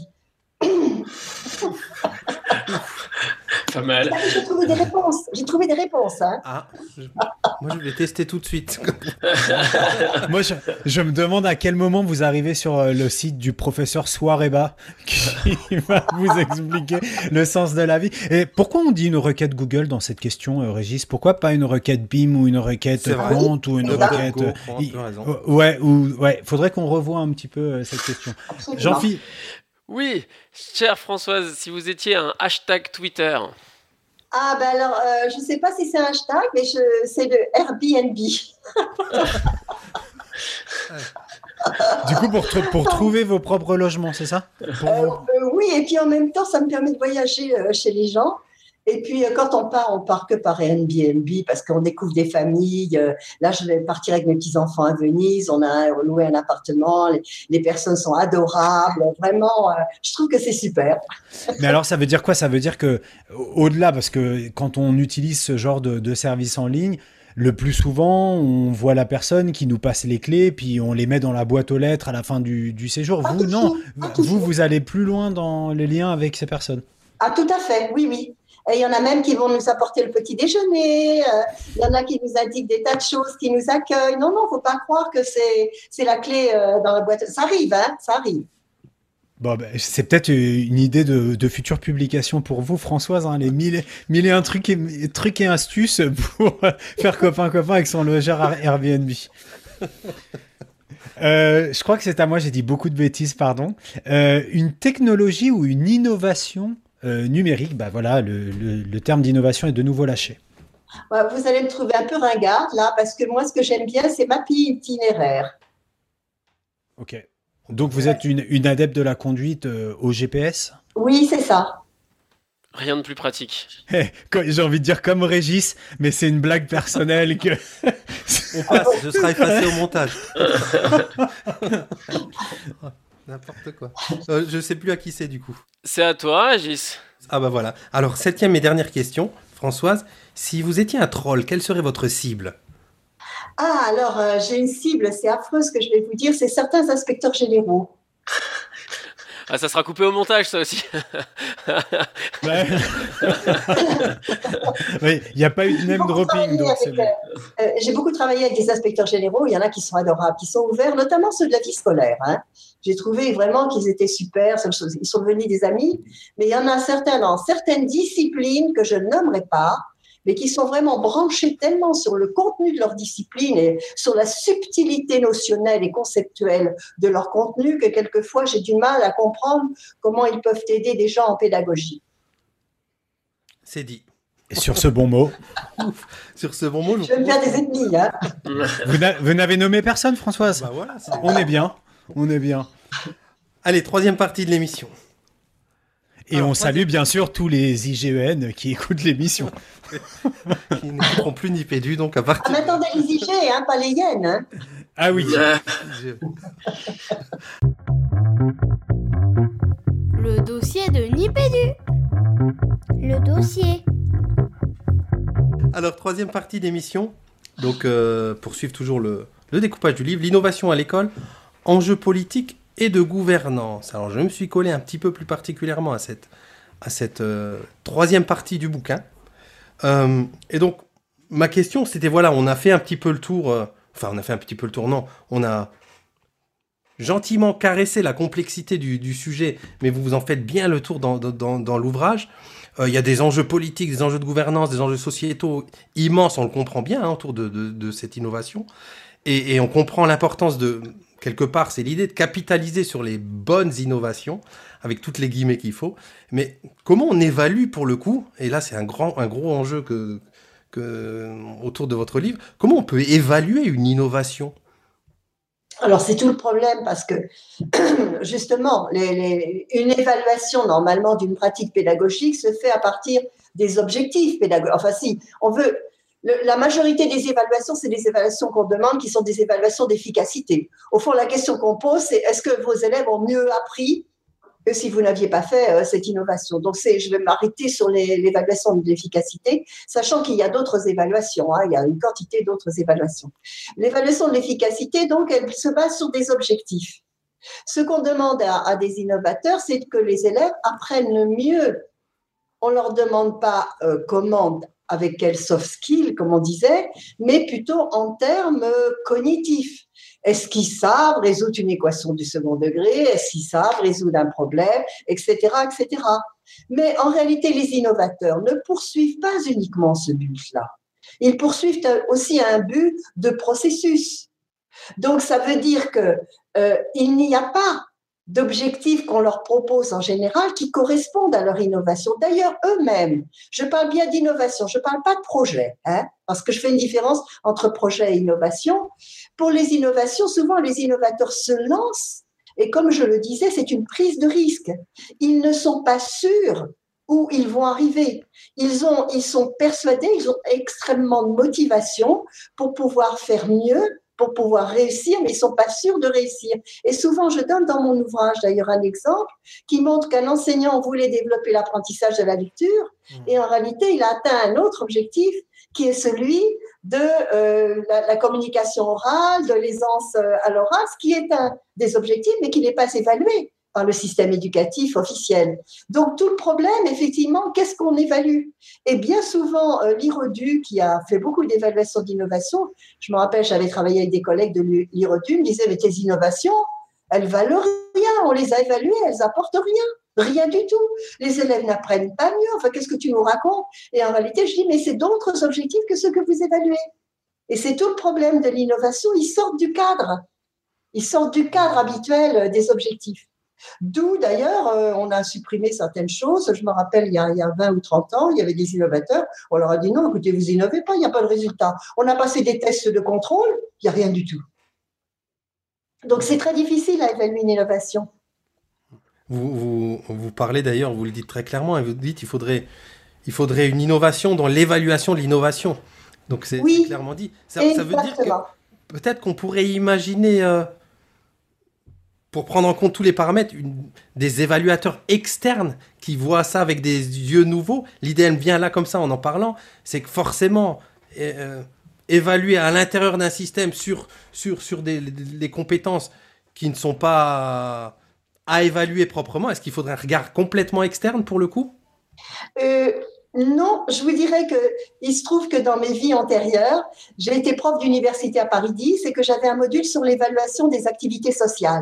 Pas mal. Ah, j'ai trouvé des réponses. J'ai trouvé des réponses. Hein. Ah, je... moi je vais tester tout de suite. Moi, je, je me demande à quel moment vous arrivez sur euh, le site du professeur Soireba qui va vous expliquer le sens de la vie. Et pourquoi on dit une requête Google dans cette question, euh, Régis ? Pourquoi pas une requête B I M ou une requête C'est vrai. compte ou une Oui, requête... Go, euh, Franck, i- tu as raison. euh, ouais, ou, ouais, faudrait qu'on revoie un petit peu euh, cette question. Absolument. Jean-Philippe, Oui, chère Françoise, si vous étiez un hashtag Twitter ? Ah, ben alors, euh, je ne sais pas si c'est un hashtag, mais je, c'est le Airbnb. du coup, pour, tr- pour trouver vos propres logements, c'est ça ? Pour Euh, vous- euh, oui, et puis en même temps, ça me permet de voyager euh, chez les gens. Et puis, euh, quand on part, on part que par Airbnb parce qu'on découvre des familles. Euh, là, je vais partir avec mes petits-enfants à Venise. On a loué un appartement. Les, les personnes sont adorables. Vraiment, euh, je trouve que c'est super. Mais alors, ça veut dire quoi ? Ça veut dire que, au- au-delà, parce que quand on utilise ce genre de, de service en ligne, le plus souvent, on voit la personne qui nous passe les clés, puis on les met dans la boîte aux lettres à la fin du, du séjour. Pas Vous, non. toujours, pas Vous, toujours. vous allez plus loin dans les liens avec ces personnes. Ah, tout à fait, oui, oui. Et il y en a même qui vont nous apporter le petit déjeuner. Euh, il y en a qui nous indiquent des tas de choses, qui nous accueillent. Non, non, faut pas croire que c'est, c'est la clé euh, dans la boîte. Ça arrive, hein, ça arrive. Bon, bah, c'est peut-être une idée de, de future publication pour vous, Françoise, hein, les mille, mille et un trucs et, trucs et astuces pour faire copain-copain avec son logeur Airbnb. Euh, je crois que c'est à moi, j'ai dit beaucoup de bêtises, pardon. Euh, une technologie ou une innovation euh, numérique, bah voilà, le, le, le terme d'innovation est de nouveau lâché. Vous allez me trouver un peu ringarde, là, parce que moi, ce que j'aime bien, c'est Mappy itinéraire. Ok. Donc, vous êtes une, une adepte de la conduite euh, au G P S ? Oui, c'est ça. Rien de plus pratique. Hey, j'ai envie de dire comme Régis, mais c'est une blague personnelle que... On passe, ce sera effacé au montage. N'importe quoi. Euh, je sais plus à qui c'est du coup. C'est à toi, Régis. Ah bah voilà. Alors, septième et dernière question, Françoise. Si vous étiez un troll, quelle serait votre cible ? Ah, alors, euh, j'ai une cible, c'est affreux ce que je vais vous dire, c'est certains inspecteurs généraux. Ah, ça sera coupé au montage, ça aussi. Ouais. Oui, il n'y a pas eu de name dropping. Donc c'est avec, euh, euh, j'ai beaucoup travaillé avec des inspecteurs généraux, il y en a qui sont adorables, qui sont ouverts, notamment ceux de la vie scolaire. Hein. J'ai trouvé vraiment qu'ils étaient super, ils sont devenus des amis, mais il y en a certains dans certaines disciplines que je ne nommerai pas, mais qui sont vraiment branchés tellement sur le contenu de leur discipline et sur la subtilité notionnelle et conceptuelle de leur contenu que quelquefois j'ai du mal à comprendre comment ils peuvent aider des gens en pédagogie. C'est dit. Et sur ce bon mot. Ouf. Sur ce bon mot, je vais me faire des ennemis. Hein. Vous, n'a, vous n'avez nommé personne, Françoise ? Bah voilà, c'est... On est bien, on est bien. Allez, troisième partie de l'émission. Et alors, on salue bien sûr tous les I G E N qui écoutent l'émission. Qui n'écouteront plus Nipédu, donc à partir... Ah, mais attendez, les I G, hein, pas les hyènes. Hein. Ah oui. Le dossier de Nipédu. Le dossier. Alors, troisième partie d'émission. Donc, euh, pour suivre toujours le, le découpage du livre, l'innovation à l'école, enjeux politiques et de gouvernance. Alors, je me suis collé un petit peu plus particulièrement à cette, à cette euh, troisième partie du bouquin. Euh, et donc, ma question, c'était, voilà, on a fait un petit peu le tour, euh, enfin, on a fait un petit peu le tour, non, on a gentiment caressé la complexité du, du sujet, mais vous vous en faites bien le tour dans, dans, dans l'ouvrage. Il euh, y a des enjeux politiques, des enjeux de gouvernance, des enjeux sociétaux immenses, on le comprend bien, hein, autour de, de, de cette innovation. Et, et on comprend l'importance de... Quelque part, c'est l'idée de capitaliser sur les bonnes innovations, avec toutes les guillemets qu'il faut. Mais comment on évalue pour le coup, et là c'est un, grand, un gros enjeu que, que, autour de votre livre, comment on peut évaluer une innovation ? Alors c'est tout le problème parce que justement, les, les, une évaluation normalement d'une pratique pédagogique se fait à partir des objectifs pédagogiques. Enfin si, on veut... Le, la majorité des évaluations, c'est des évaluations qu'on demande qui sont des évaluations d'efficacité. Au fond, la question qu'on pose, c'est est-ce que vos élèves ont mieux appris que si vous n'aviez pas fait euh, cette innovation ? Donc, c'est, je vais m'arrêter sur les, l'évaluation de l'efficacité, sachant qu'il y a d'autres évaluations, hein, il y a une quantité d'autres évaluations. L'évaluation de l'efficacité, donc, elle se base sur des objectifs. Ce qu'on demande à, à des innovateurs, c'est que les élèves apprennent mieux. On ne leur demande pas euh, comment... avec quels soft skills, comme on disait, mais plutôt en termes cognitifs. Est-ce qu'ils savent résoudre une équation du second degré ? Est-ce qu'ils savent résoudre un problème ? Etc., et cetera. Mais en réalité, les innovateurs ne poursuivent pas uniquement ce but-là. Ils poursuivent aussi un but de processus. Donc, ça veut dire qu'il euh, n'y a pas d'objectifs qu'on leur propose en général qui correspondent à leur innovation. D'ailleurs, eux-mêmes, je parle bien d'innovation, je ne parle pas de projet, hein, parce que je fais une différence entre projet et innovation. Pour les innovations, souvent les innovateurs se lancent et comme je le disais, c'est une prise de risque. Ils ne sont pas sûrs où ils vont arriver. Ils, ont, ils sont persuadés, ils ont extrêmement de motivation pour pouvoir faire mieux, pour pouvoir réussir, mais ils ne sont pas sûrs de réussir. Et souvent, je donne dans mon ouvrage d'ailleurs un exemple qui montre qu'un enseignant voulait développer l'apprentissage de la lecture mmh. et en réalité, il a atteint un autre objectif qui est celui de euh, la, la communication orale, de l'aisance à l'oral, ce qui est un des objectifs, mais qui n'est pas évalué. par le système éducatif officiel. Donc, tout le problème, effectivement, qu'est-ce qu'on évalue? Et bien souvent, euh, l'I R O D U, qui a fait beaucoup d'évaluations d'innovation, je me rappelle, j'avais travaillé avec des collègues de l'I R O D U, me disaient, mais tes innovations, elles valent rien, on les a évaluées, elles apportent rien, rien du tout. Les élèves n'apprennent pas mieux, enfin, qu'est-ce que tu nous racontes? Et en réalité, je dis, mais c'est d'autres objectifs que ceux que vous évaluez. Et c'est tout le problème de l'innovation, ils sortent du cadre. Ils sortent du cadre habituel des objectifs. D'où, d'ailleurs, euh, on a supprimé certaines choses. Je me rappelle, il y, a, il y a vingt ou trente ans, il y avait des innovateurs. On leur a dit non, écoutez, vous innovez pas, il n'y a pas de résultat. On a passé des tests de contrôle, il n'y a rien du tout. Donc, c'est très difficile à évaluer une innovation. Vous, vous, vous parlez d'ailleurs, vous le dites très clairement, et vous dites qu'il faudrait, il faudrait une innovation dans l'évaluation de l'innovation. Donc, c'est, oui, c'est clairement dit. Ça, ça veut dire que peut-être qu'on pourrait imaginer... Euh, pour prendre en compte tous les paramètres, une, des évaluateurs externes qui voient ça avec des yeux nouveaux. L'idée, elle vient là comme ça en en parlant. C'est que forcément, euh, évaluer à l'intérieur d'un système sur, sur, sur des, des compétences qui ne sont pas à évaluer proprement, est-ce qu'il faudrait un regard complètement externe pour le coup ? euh, Non, je vous dirais qu'il se trouve que dans mes vies antérieures, j'ai été prof d'université à Paris dix et que j'avais un module sur l'évaluation des activités sociales.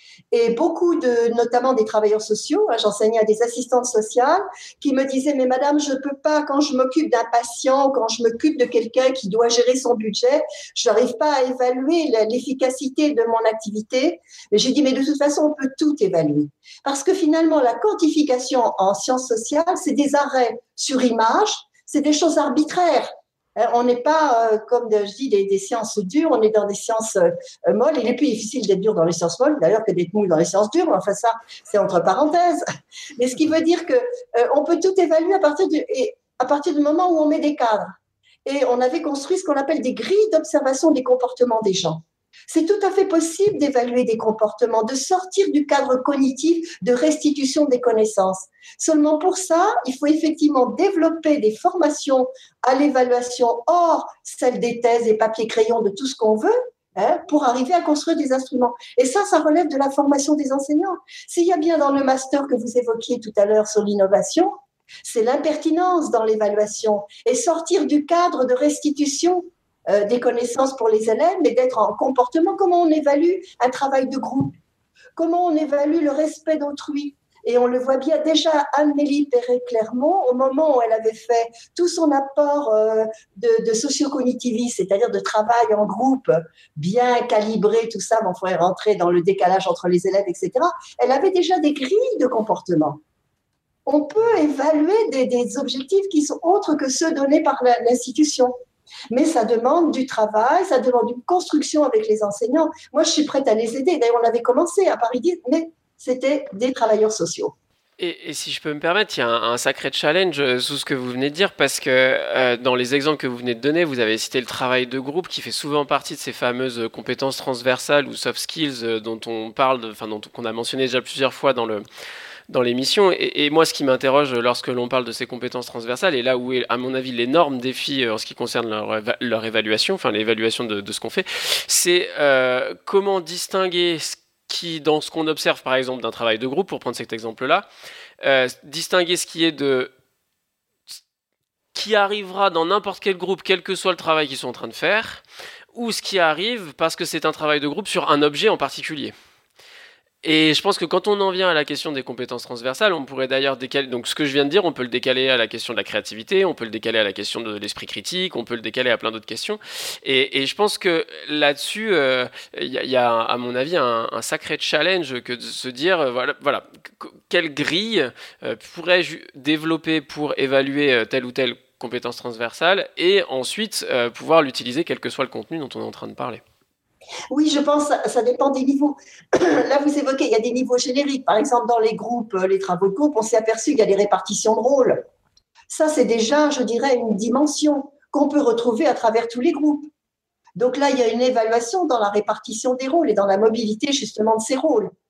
Et beaucoup de, notamment des travailleurs sociaux, hein, j'enseignais à des assistantes sociales qui me disaient « Mais madame, je ne peux pas, quand je m'occupe d'un patient, quand je m'occupe de quelqu'un qui doit gérer son budget, je n'arrive pas à évaluer l'efficacité de mon activité. » Mais j'ai dit « Mais de toute façon, on peut tout évaluer. » Parce que finalement, la quantification en sciences sociales, c'est des arrêts sur image, c'est des choses arbitraires. On n'est pas, euh, comme je dis, des, des sciences dures, on est dans des sciences euh, molles. Il est plus difficile d'être dur dans les sciences molles, d'ailleurs, que d'être mou dans les sciences dures. Enfin, ça, c'est entre parenthèses. Mais ce qui veut dire que euh, on peut tout évaluer à partir, du, et à partir du moment où on met des cadres. Et on avait construit ce qu'on appelle des grilles d'observation des comportements des gens. C'est tout à fait possible d'évaluer des comportements, de sortir du cadre cognitif de restitution des connaissances. Seulement pour ça, il faut effectivement développer des formations à l'évaluation hors celle des thèses et papier-crayon de tout ce qu'on veut, hein, pour arriver à construire des instruments. Et ça, ça relève de la formation des enseignants. S'il y a bien dans le master que vous évoquiez tout à l'heure sur l'innovation, c'est l'impertinence dans l'évaluation et sortir du cadre de restitution Euh, des connaissances pour les élèves, mais d'être en comportement. Comment on évalue un travail de groupe? Comment on évalue le respect d'autrui? Et on le voit bien déjà, Anne-Mélie Perret-Clermont, au moment où elle avait fait tout son apport euh, de, de socio-cognitivisme, c'est-à-dire de travail en groupe, bien calibré, tout ça, mais on pourrait rentrer dans le décalage entre les élèves, et cetera. Elle avait déjà des grilles de comportement. On peut évaluer des, des objectifs qui sont autres que ceux donnés par la, l'institution. Mais ça demande du travail, ça demande une construction avec les enseignants. Moi, je suis prête à les aider. D'ailleurs, on avait commencé à Paris dix, mais c'était des travailleurs sociaux. Et, et si je peux me permettre, il y a un, un sacré challenge sous ce que vous venez de dire, parce que euh, dans les exemples que vous venez de donner, vous avez cité le travail de groupe qui fait souvent partie de ces fameuses compétences transversales ou soft skills dont on parle, enfin dont qu'on a mentionné déjà plusieurs fois dans le dans l'émission. Et, et moi, ce qui m'interroge lorsque l'on parle de ces compétences transversales, et là où est, à mon avis, l'énorme défi en ce qui concerne leur, leur évaluation, enfin l'évaluation de, de ce qu'on fait, c'est euh, comment distinguer ce qui, dans ce qu'on observe, par exemple, d'un travail de groupe, pour prendre cet exemple-là, euh, distinguer ce qui est de... qui arrivera dans n'importe quel groupe, quel que soit le travail qu'ils sont en train de faire, ou ce qui arrive parce que c'est un travail de groupe sur un objet en particulier. Et je pense que quand on en vient à la question des compétences transversales, on pourrait d'ailleurs décaler, donc ce que je viens de dire, on peut le décaler à la question de la créativité, on peut le décaler à la question de l'esprit critique, on peut le décaler à plein d'autres questions. Et, et je pense que là-dessus, il euh, y, y a, à mon avis, un, un sacré challenge que de se dire, euh, voilà, voilà, quelle grille euh, pourrais-je développer pour évaluer euh, telle ou telle compétence transversale et ensuite euh, pouvoir l'utiliser quel que soit le contenu dont on est en train de parler. Oui, je pense que ça dépend des niveaux. Là, vous évoquez, il y a des niveaux génériques. Par exemple, dans les groupes, les travaux de groupe, on s'est aperçu qu'il y a des répartitions de rôles. Ça, c'est déjà, je dirais, une dimension qu'on peut retrouver à travers tous les groupes. Donc là, il y a une évaluation dans la répartition des rôles et dans la mobilité, justement, de ces rôles.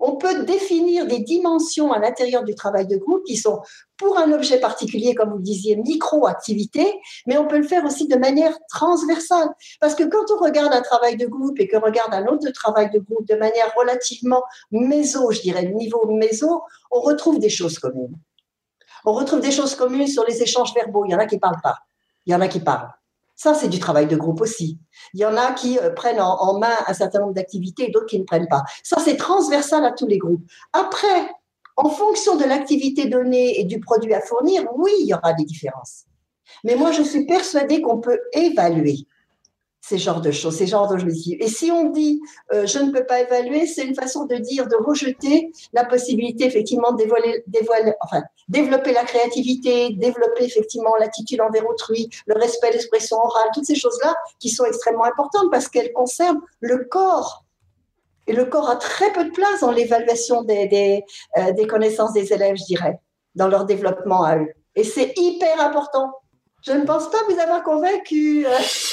On peut définir des dimensions à l'intérieur du travail de groupe qui sont, pour un objet particulier, comme vous le disiez, micro-activité, mais on peut le faire aussi de manière transversale. Parce que quand on regarde un travail de groupe et qu'on regarde un autre travail de groupe de manière relativement méso, je dirais, niveau méso, on retrouve des choses communes. On retrouve des choses communes sur les échanges verbaux. Il y en a qui ne parlent pas. Il y en a qui parlent. Ça, c'est du travail de groupe aussi. Il y en a qui euh, prennent en, en main un certain nombre d'activités et d'autres qui ne prennent pas. Ça, c'est transversal à tous les groupes. Après, en fonction de l'activité donnée et du produit à fournir, oui, il y aura des différences. Mais moi, je suis persuadée qu'on peut évaluer ces genres de choses, ces genres d'objectifs. Et si on dit euh, je ne peux pas évaluer, c'est une façon de dire, de rejeter la possibilité effectivement de dévoiler, dévoiler, enfin, développer la créativité, développer effectivement l'attitude envers autrui, le respect de l'expression orale, toutes ces choses-là qui sont extrêmement importantes parce qu'elles concernent le corps. Et le corps a très peu de place dans l'évaluation des, des, euh, des connaissances des élèves, je dirais, dans leur développement à eux. Et c'est hyper important. Je ne pense pas vous avoir convaincu.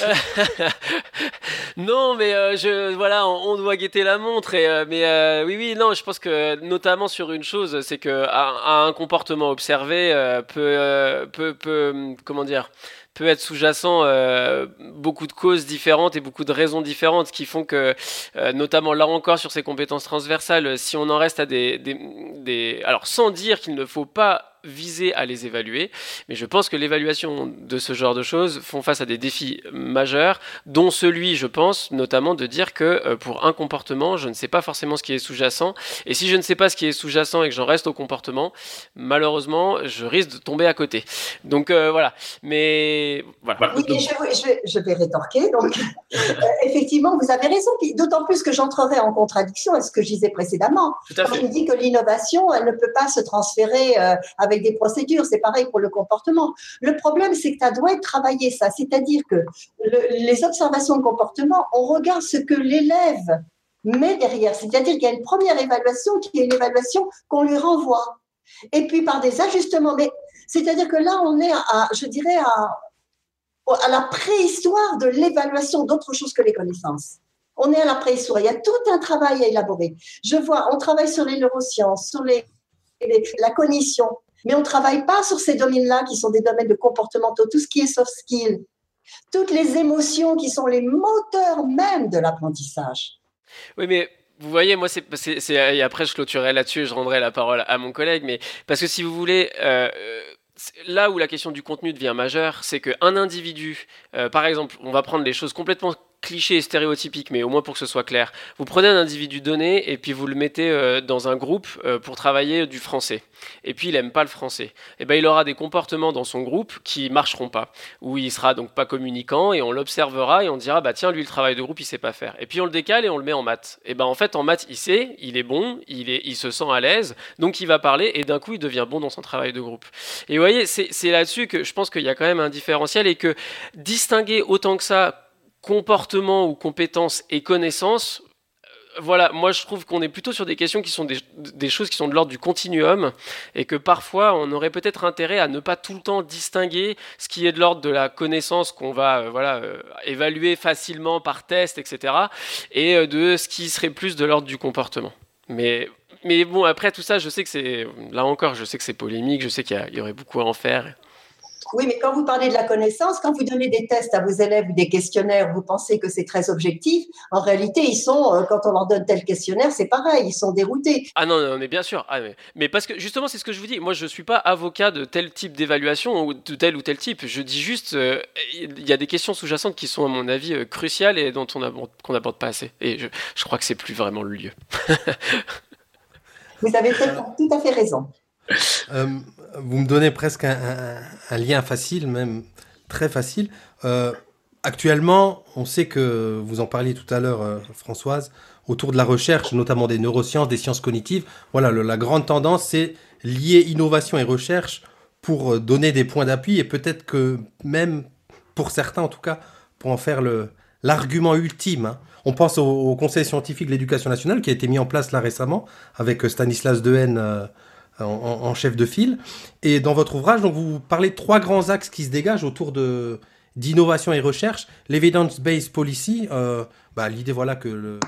Non, mais euh, je, voilà, on, on doit guetter la montre. Et, euh, mais euh, oui, oui, non, je pense que notamment sur une chose, c'est que à, à un comportement observé euh, peut, euh, peut, peut, comment dire, peut être sous-jacent euh, beaucoup de causes différentes et beaucoup de raisons différentes qui font que, euh, notamment là encore sur ces compétences transversales, si on en reste à des, des, des alors sans dire qu'il ne faut pas viser à les évaluer, mais je pense que l'évaluation de ce genre de choses font face à des défis majeurs, dont celui, je pense, notamment de dire que euh, pour un comportement, je ne sais pas forcément ce qui est sous-jacent, et si je ne sais pas ce qui est sous-jacent et que j'en reste au comportement, malheureusement, je risque de tomber à côté. Donc euh, voilà, mais voilà. Oui, mais je, je, vais, je vais rétorquer, donc euh, effectivement, vous avez raison, d'autant plus que j'entrerai en contradiction avec ce que je disais précédemment. Tout à fait. Quand on dit que l'innovation, elle ne peut pas se transférer euh, avec des procédures, c'est pareil pour le comportement. Le problème, c'est que ça doit être travaillé, ça. C'est-à-dire que le, les observations de comportement, on regarde ce que l'élève met derrière. C'est-à-dire qu'il y a une première évaluation qui est une évaluation qu'on lui renvoie. Et puis par des ajustements. Mais c'est-à-dire que là, on est à, je dirais, à, à la préhistoire de l'évaluation d'autre chose que les connaissances. On est à la préhistoire. Il y a tout un travail à élaborer. Je vois, on travaille sur les neurosciences, sur les, les, la cognition. Mais on ne travaille pas sur ces domaines-là qui sont des domaines de comportementaux, tout ce qui est soft skills, toutes les émotions qui sont les moteurs même de l'apprentissage. Oui, mais vous voyez, moi, c'est, c'est, c'est, et après je clôturerai là-dessus et je rendrai la parole à mon collègue, mais parce que si vous voulez, euh, là où la question du contenu devient majeure, c'est qu'un individu, euh, par exemple, on va prendre les choses complètement cliché et stéréotypique, mais au moins pour que ce soit clair. Vous prenez un individu donné et puis vous le mettez euh, dans un groupe euh, pour travailler du français. Et puis il n'aime pas le français. Et ben il aura des comportements dans son groupe qui marcheront pas, où il sera donc pas communicant et on l'observera et on dira bah tiens lui le travail de groupe il sait pas faire. Et puis on le décale et on le met en maths. Et ben en fait en maths il sait, il est bon, il est, il se sent à l'aise, donc il va parler et d'un coup il devient bon dans son travail de groupe. Et vous voyez c'est, c'est là-dessus que je pense qu'il y a quand même un différentiel et que distinguer autant que ça comportement ou compétences et connaissances, euh, voilà, moi je trouve qu'on est plutôt sur des questions qui sont des, des choses qui sont de l'ordre du continuum et que parfois on aurait peut-être intérêt à ne pas tout le temps distinguer ce qui est de l'ordre de la connaissance qu'on va euh, voilà, euh, évaluer facilement par test, et cetera et euh, de ce qui serait plus de l'ordre du comportement. Mais, mais bon, après tout ça, je sais que c'est, là encore, je sais que c'est polémique, je sais qu'il y, a, il y aurait beaucoup à en faire. Oui, mais quand vous parlez de la connaissance, quand vous donnez des tests à vos élèves ou des questionnaires, vous pensez que c'est très objectif. En réalité, ils sont, quand on leur donne tel questionnaire, c'est pareil, ils sont déroutés. Ah non, non mais bien sûr. Ah, mais, mais parce que justement, c'est ce que je vous dis. Moi, je ne suis pas avocat de tel type d'évaluation ou de tel ou tel type. Je dis juste, euh, il y a des questions sous-jacentes qui sont, à mon avis, euh, cruciales et dont on aborde, qu'on n'aborde pas assez. Et je, je crois que c'est plus vraiment le lieu. Vous avez tout à fait raison. Euh, vous me donnez presque un, un, un lien facile, même très facile. Euh, actuellement, on sait que, vous en parliez tout à l'heure, euh, Françoise, autour de la recherche, notamment des neurosciences, des sciences cognitives, voilà, le, la grande tendance, c'est lier innovation et recherche pour donner des points d'appui et peut-être que même, pour certains en tout cas, pour en faire le, l'argument ultime. Hein. On pense au, au Conseil scientifique de l'éducation nationale qui a été mis en place là récemment avec Stanislas Dehaene euh, En, en chef de file. Et dans votre ouvrage, donc, vous parlez de trois grands axes qui se dégagent autour de, d'innovation et recherche. L'evidence-based policy, euh, bah, l'idée voilà, que le,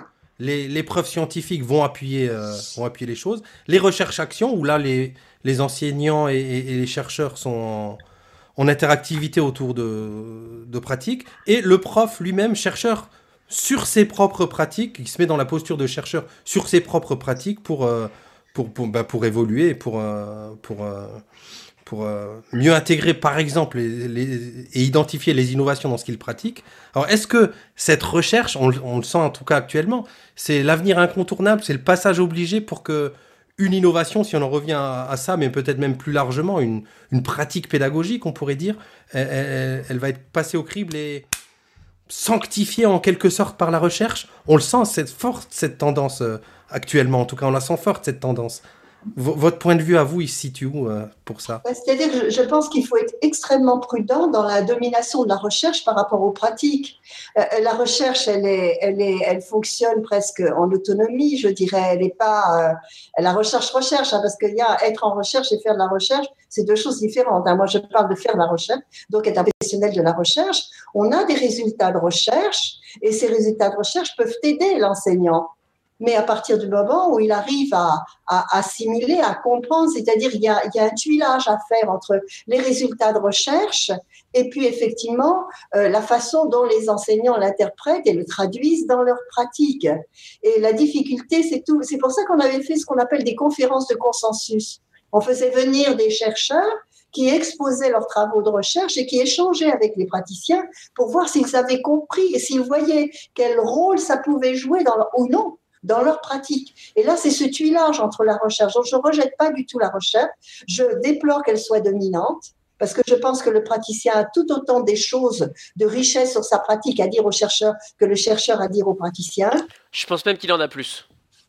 les, les preuves scientifiques vont appuyer, euh, vont appuyer les choses. Les recherches-actions, où là, les, les enseignants et, et, et les chercheurs sont en, en interactivité autour de, de pratiques. Et le prof lui-même, chercheur, sur ses propres pratiques, il se met dans la posture de chercheur sur ses propres pratiques pour, euh, pour, pour, bah, pour évoluer et pour, euh, pour, euh, pour euh, mieux intégrer, par exemple, les, les, et identifier les innovations dans ce qu'il pratique. Alors, est-ce que cette recherche, on, on le sent en tout cas actuellement, c'est l'avenir incontournable, c'est le passage obligé pour que une innovation, si on en revient à, à ça, mais peut-être même plus largement, une, une pratique pédagogique, on pourrait dire, elle, elle, elle va être passée au crible et sanctifiée en quelque sorte par la recherche. On le sent, cette forte, cette tendance euh, actuellement, en tout cas, on la sent forte, cette tendance. V- votre point de vue à vous, il se situe où euh, pour ça ? C'est-à-dire que je, je pense qu'il faut être extrêmement prudent dans la domination de la recherche par rapport aux pratiques. Euh, la recherche, elle, est, elle, est, elle fonctionne presque en autonomie, je dirais. Elle n'est pas euh, la recherche-recherche, hein, parce qu'il y a être en recherche et faire de la recherche, c'est deux choses différentes. Hein. Moi, je parle de faire de la recherche, donc être un professionnel de la recherche. On a des résultats de recherche et ces résultats de recherche peuvent aider l'enseignant. Mais à partir du moment où il arrive à, à assimiler, à comprendre, c'est-à-dire il y a, il y a un tuilage à faire entre les résultats de recherche et puis effectivement euh, la façon dont les enseignants l'interprètent et le traduisent dans leur pratique. Et la difficulté, c'est tout. C'est pour ça qu'on avait fait ce qu'on appelle des conférences de consensus. On faisait venir des chercheurs qui exposaient leurs travaux de recherche et qui échangeaient avec les praticiens pour voir s'ils avaient compris et s'ils voyaient quel rôle ça pouvait jouer dans leur, ou non dans leur pratique. Et là, c'est ce tuilage entre la recherche. Donc, je ne rejette pas du tout la recherche. Je déplore qu'elle soit dominante parce que je pense que le praticien a tout autant des choses de richesse sur sa pratique à dire au chercheur que le chercheur à dire au praticien. Je pense même qu'il en a plus.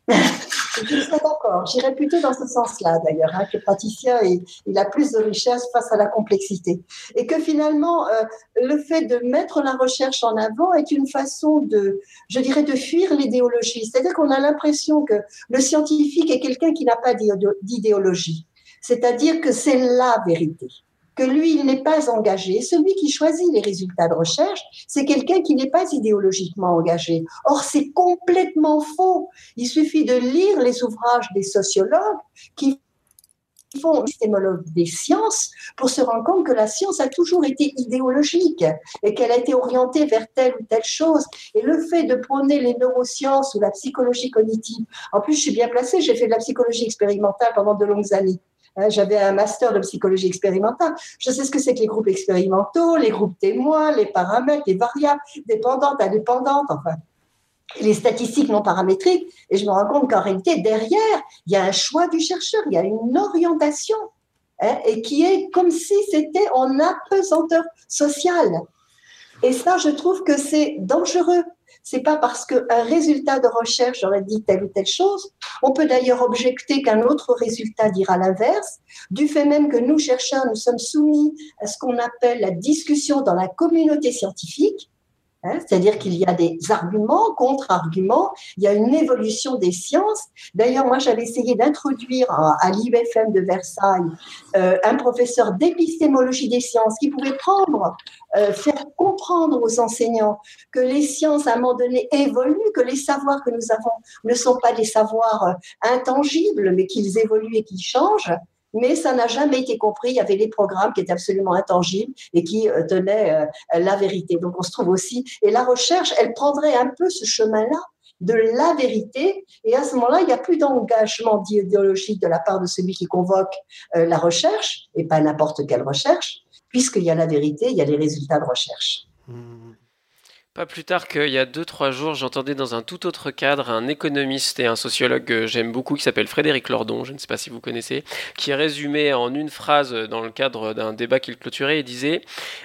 Je suis d'accord. J'irais plutôt dans ce sens-là, d'ailleurs, hein, que le praticien, il, il a plus de richesse face à la complexité. Et que finalement, euh, le fait de mettre la recherche en avant est une façon de, je dirais, de fuir l'idéologie. C'est-à-dire qu'on a l'impression que le scientifique est quelqu'un qui n'a pas d'idéologie. C'est-à-dire que c'est la vérité. Que lui, il n'est pas engagé. Celui qui choisit les résultats de recherche, c'est quelqu'un qui n'est pas idéologiquement engagé. Or, c'est complètement faux. Il suffit de lire les ouvrages des sociologues qui font épistémologues des sciences pour se rendre compte que la science a toujours été idéologique et qu'elle a été orientée vers telle ou telle chose. Et le fait de prôner les neurosciences ou la psychologie cognitive, en plus, je suis bien placée, j'ai fait de la psychologie expérimentale pendant de longues années. J'avais un master de psychologie expérimentale. Je sais ce que c'est que les groupes expérimentaux, les groupes témoins, les paramètres, les variables dépendantes, indépendantes, enfin, les statistiques non paramétriques. Et je me rends compte qu'en réalité, derrière, il y a un choix du chercheur, il y a une orientation, hein, et qui est comme si c'était en apesanteur sociale. Et ça, je trouve que c'est dangereux. C'est pas parce qu'un résultat de recherche aurait dit telle ou telle chose. On peut d'ailleurs objecter qu'un autre résultat dira l'inverse, du fait même que nous, chercheurs, nous sommes soumis à ce qu'on appelle la discussion dans la communauté scientifique. Hein, c'est-à-dire qu'il y a des arguments, contre-arguments, il y a une évolution des sciences. D'ailleurs, moi, j'avais essayé d'introduire à, à l'I B F M de Versailles euh, un professeur d'épistémologie des sciences qui pouvait prendre, euh, faire comprendre aux enseignants que les sciences, à un moment donné, évoluent, que les savoirs que nous avons ne sont pas des savoirs euh, intangibles, mais qu'ils évoluent et qu'ils changent. Mais ça n'a jamais été compris. Il y avait les programmes qui étaient absolument intangibles et qui euh, tenaient euh, la vérité. Donc, on se trouve aussi... Et la recherche, elle prendrait un peu ce chemin-là de la vérité. Et à ce moment-là, il n'y a plus d'engagement idéologique de la part de celui qui convoque euh, la recherche, et pas n'importe quelle recherche, puisqu'il y a la vérité, il y a les résultats de recherche. Mmh. Pas plus tard qu'il y a deux trois jours, j'entendais dans un tout autre cadre un économiste et un sociologue que j'aime beaucoup qui s'appelle Frédéric Lordon, je ne sais pas si vous connaissez, qui résumait en une phrase dans le cadre d'un débat qu'il clôturait et disait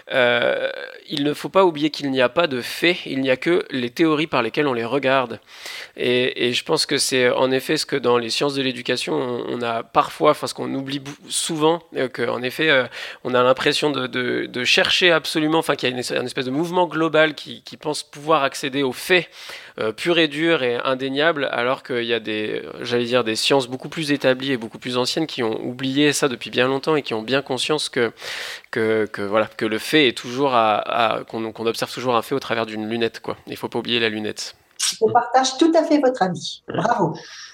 euh, « Il ne faut pas oublier qu'il n'y a pas de faits, il n'y a que les théories par lesquelles on les regarde. » Et, et je pense que c'est en effet ce que dans les sciences de l'éducation, on, on a parfois, enfin ce qu'on oublie souvent, euh, qu'en effet, euh, on a l'impression de, de, de chercher absolument, enfin qu'il y a une, une espèce de mouvement global qui, qui pense pouvoir accéder aux faits euh, purs et durs et indéniables, alors qu'il y a des, j'allais dire, des sciences beaucoup plus établies et beaucoup plus anciennes qui ont oublié ça depuis bien longtemps et qui ont bien conscience que, que, que, voilà, que le fait est toujours à, à qu'on, qu'on observe toujours un fait au travers d'une lunette, quoi. Il ne faut pas oublier la lunette. Je partage tout à fait votre avis. Bravo.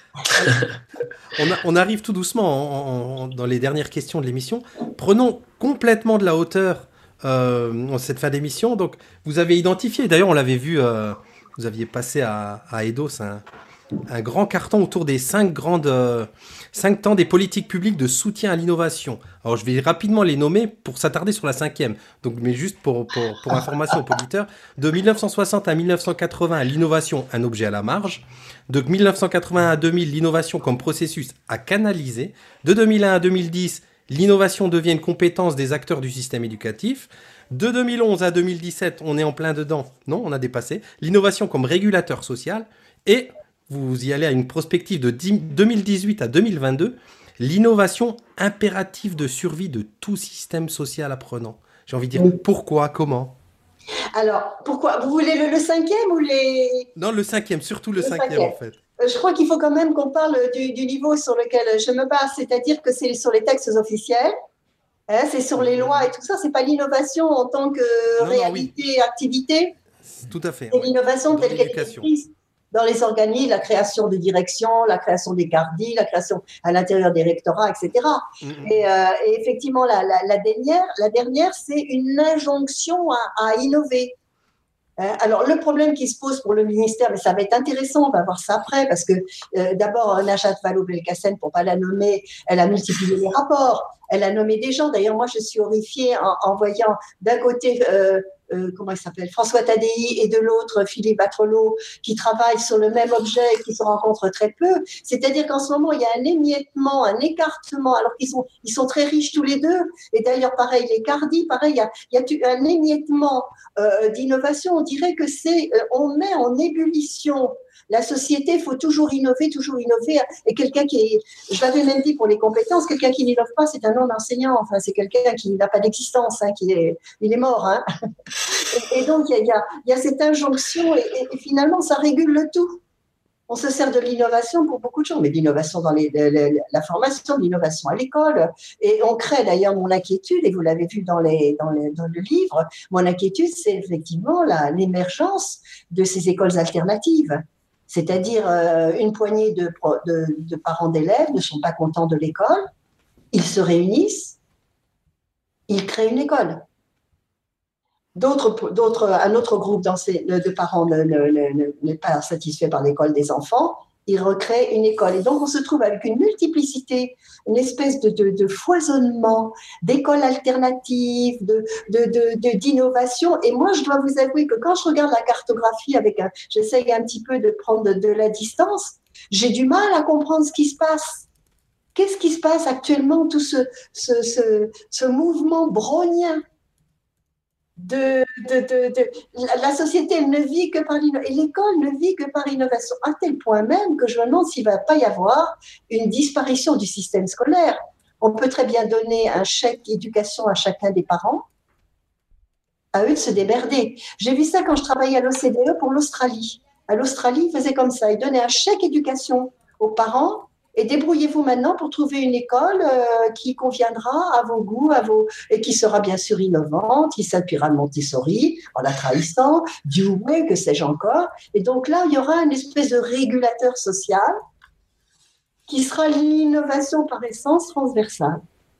on, a, on arrive tout doucement en, en, dans les dernières questions de l'émission. Prenons complètement de la hauteur euh, en cette fin d'émission. Donc, vous avez identifié, d'ailleurs, on l'avait vu, euh, vous aviez passé à, à Eidos un, un grand carton autour des cinq grandes, euh, cinq temps des politiques publiques de soutien à l'innovation. Alors, je vais rapidement les nommer pour s'attarder sur la cinquième. Donc, mais juste pour, pour, pour information aux auditeurs, de mille neuf cent soixante à mille neuf cent quatre-vingts, l'innovation, un objet à la marge. De mille neuf cent quatre-vingts à deux mille, l'innovation comme processus à canaliser. De deux mille un à deux mille dix, l'innovation devient une compétence des acteurs du système éducatif. De deux mille onze à deux mille dix-sept, on est en plein dedans. Non, on a dépassé. L'innovation comme régulateur social. Et vous y allez à une prospective de deux mille dix-huit à deux mille vingt-deux, l'innovation impérative de survie de tout système social apprenant. J'ai envie de dire oui. Pourquoi, comment ? Alors, pourquoi ? Vous voulez le, le cinquième ou les... Non, le cinquième, surtout le, le cinquième, cinquième en fait. Euh, je crois qu'il faut quand même qu'on parle du, du niveau sur lequel je me base, c'est-à-dire que c'est sur les textes officiels, hein, c'est sur les lois et tout ça, c'est pas l'innovation en tant que non, réalité, non, oui. activité. Tout à fait. C'est ouais. l'innovation telle qu'elle est prise dans les organismes, la création de directions, la création des cardis, la création à l'intérieur des rectorats, et cetera. Mm-hmm. Et, euh, et effectivement, la, la, la dernière, la dernière, c'est une injonction à, à innover. Euh, alors, le problème qui se pose pour le ministère, mais ça va être intéressant, on va voir ça après, parce que euh, d'abord, Najat Vallaud-Belkacem, pour ne pas la nommer, elle a multiplié les rapports, elle a nommé des gens. D'ailleurs, moi, je suis horrifiée en, en voyant d'un côté... Euh, Euh, comment il s'appelle, François Tadei, et de l'autre Philippe Batrelot, qui travaillent sur le même objet et qui se rencontrent très peu. C'est-à-dire qu'en ce moment, il y a un émiettement, un écartement, alors qu'ils sont, ils sont très riches tous les deux. Et d'ailleurs, pareil, les cardis, pareil, il y a, il y a un émiettement euh, d'innovation. On dirait que c'est, euh, on met en ébullition la société, il faut toujours innover, toujours innover. Et quelqu'un qui est, je l'avais même dit pour les compétences, quelqu'un qui n'innove pas, c'est un non-enseignant. Enfin, c'est quelqu'un qui n'a pas d'existence, hein, qui est, il est mort. Hein. Et, et donc, il y a, il y a cette injonction et, et, et finalement, ça régule le tout. On se sert de l'innovation pour beaucoup de choses, mais l'innovation dans les, les, la formation, l'innovation à l'école. Et on crée d'ailleurs mon inquiétude, et vous l'avez vu dans, les, dans, les, dans le livre, mon inquiétude, c'est effectivement la, l'émergence de ces écoles alternatives. C'est-à-dire euh, une poignée de, de, de parents d'élèves ne sont pas contents de l'école, ils se réunissent, ils créent une école. D'autres, d'autres, un autre groupe de parents ne, ne, ne, n'est pas satisfait par l'école des enfants, ils recréent une école. Et donc, on se trouve avec une multiplicité, une espèce de, de, de foisonnement d'écoles alternatives, de, de, de, de, d'innovation. Et moi, je dois vous avouer que quand je regarde la cartographie, avec un, j'essaye un petit peu de prendre de, de la distance, j'ai du mal à comprendre ce qui se passe. Qu'est-ce qui se passe actuellement, tout ce, ce, ce, ce mouvement brownien De, de, de, de la, la société elle ne vit que par l'innovation et l'école ne vit que par l'innovation, à tel point même que je me demande s'il ne va pas y avoir une disparition du système scolaire. On peut très bien donner un chèque éducation à chacun des parents, à eux de se démerder. J'ai vu ça quand je travaillais à l'O C D E pour l'Australie. À l'Australie, ils faisaient comme ça, ils donnaient un chèque éducation aux parents. Et débrouillez-vous maintenant pour trouver une école euh, qui conviendra à vos goûts, à vos et qui sera bien sûr innovante, qui s'appuiera de Montessori en la trahissant, Dewey, que sais-je encore. Et donc là, il y aura une espèce de régulateur social qui sera l'innovation par essence transversale.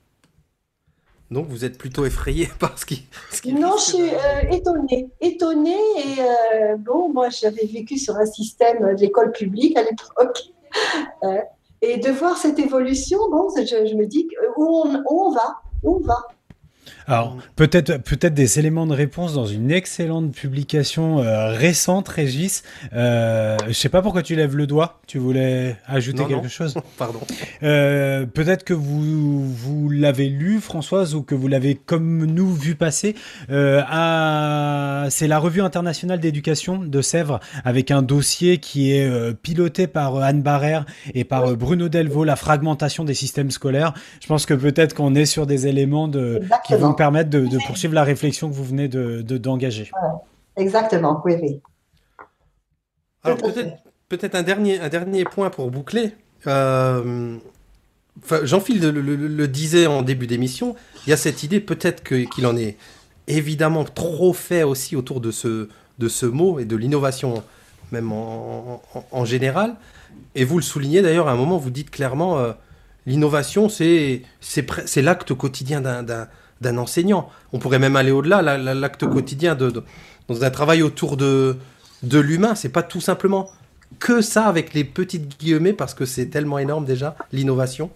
Donc vous êtes plutôt effrayé par ce qui... Ce qui non, je suis euh, étonnée. Étonnée et euh, bon, moi j'avais vécu sur un système de l'école publique à l'époque. Euh, Et de voir cette évolution, bon, je, je me dis où on, où on va, où on va. Alors, peut-être, peut-être des éléments de réponse dans une excellente publication euh, récente, Régis. Euh, je ne sais pas pourquoi tu lèves le doigt. Tu voulais ajouter non, quelque non. chose ? Pardon. Euh, peut-être que vous, vous l'avez lu, Françoise, ou que vous l'avez, comme nous, vu passer. Euh, à... C'est la Revue internationale d'éducation de Sèvres, avec un dossier qui est euh, piloté par Anne Barrère et par euh, Bruno Delvaux, la fragmentation des systèmes scolaires. Je pense que peut-être qu'on est sur des éléments de, qui vont permettre de, de poursuivre la réflexion que vous venez de, de, d'engager. Exactement, oui, oui. Alors peut-être, peut-être un, dernier, un dernier point pour boucler. Euh, enfin, Jean-Phil le, le, le disait en début d'émission, il y a cette idée peut-être que, qu'il en est évidemment trop fait aussi autour de ce, de ce mot et de l'innovation même en, en, en général. Et vous le soulignez d'ailleurs, à un moment, vous dites clairement, euh, l'innovation, c'est, c'est, pre- c'est l'acte quotidien d'un, d'un, d'un enseignant. On pourrait même aller au-delà, la- la- l'acte quotidien de, de- dans un travail autour de, de l'humain. C'est pas tout simplement que ça avec les petites guillemets, parce que c'est tellement énorme déjà, l'innovation.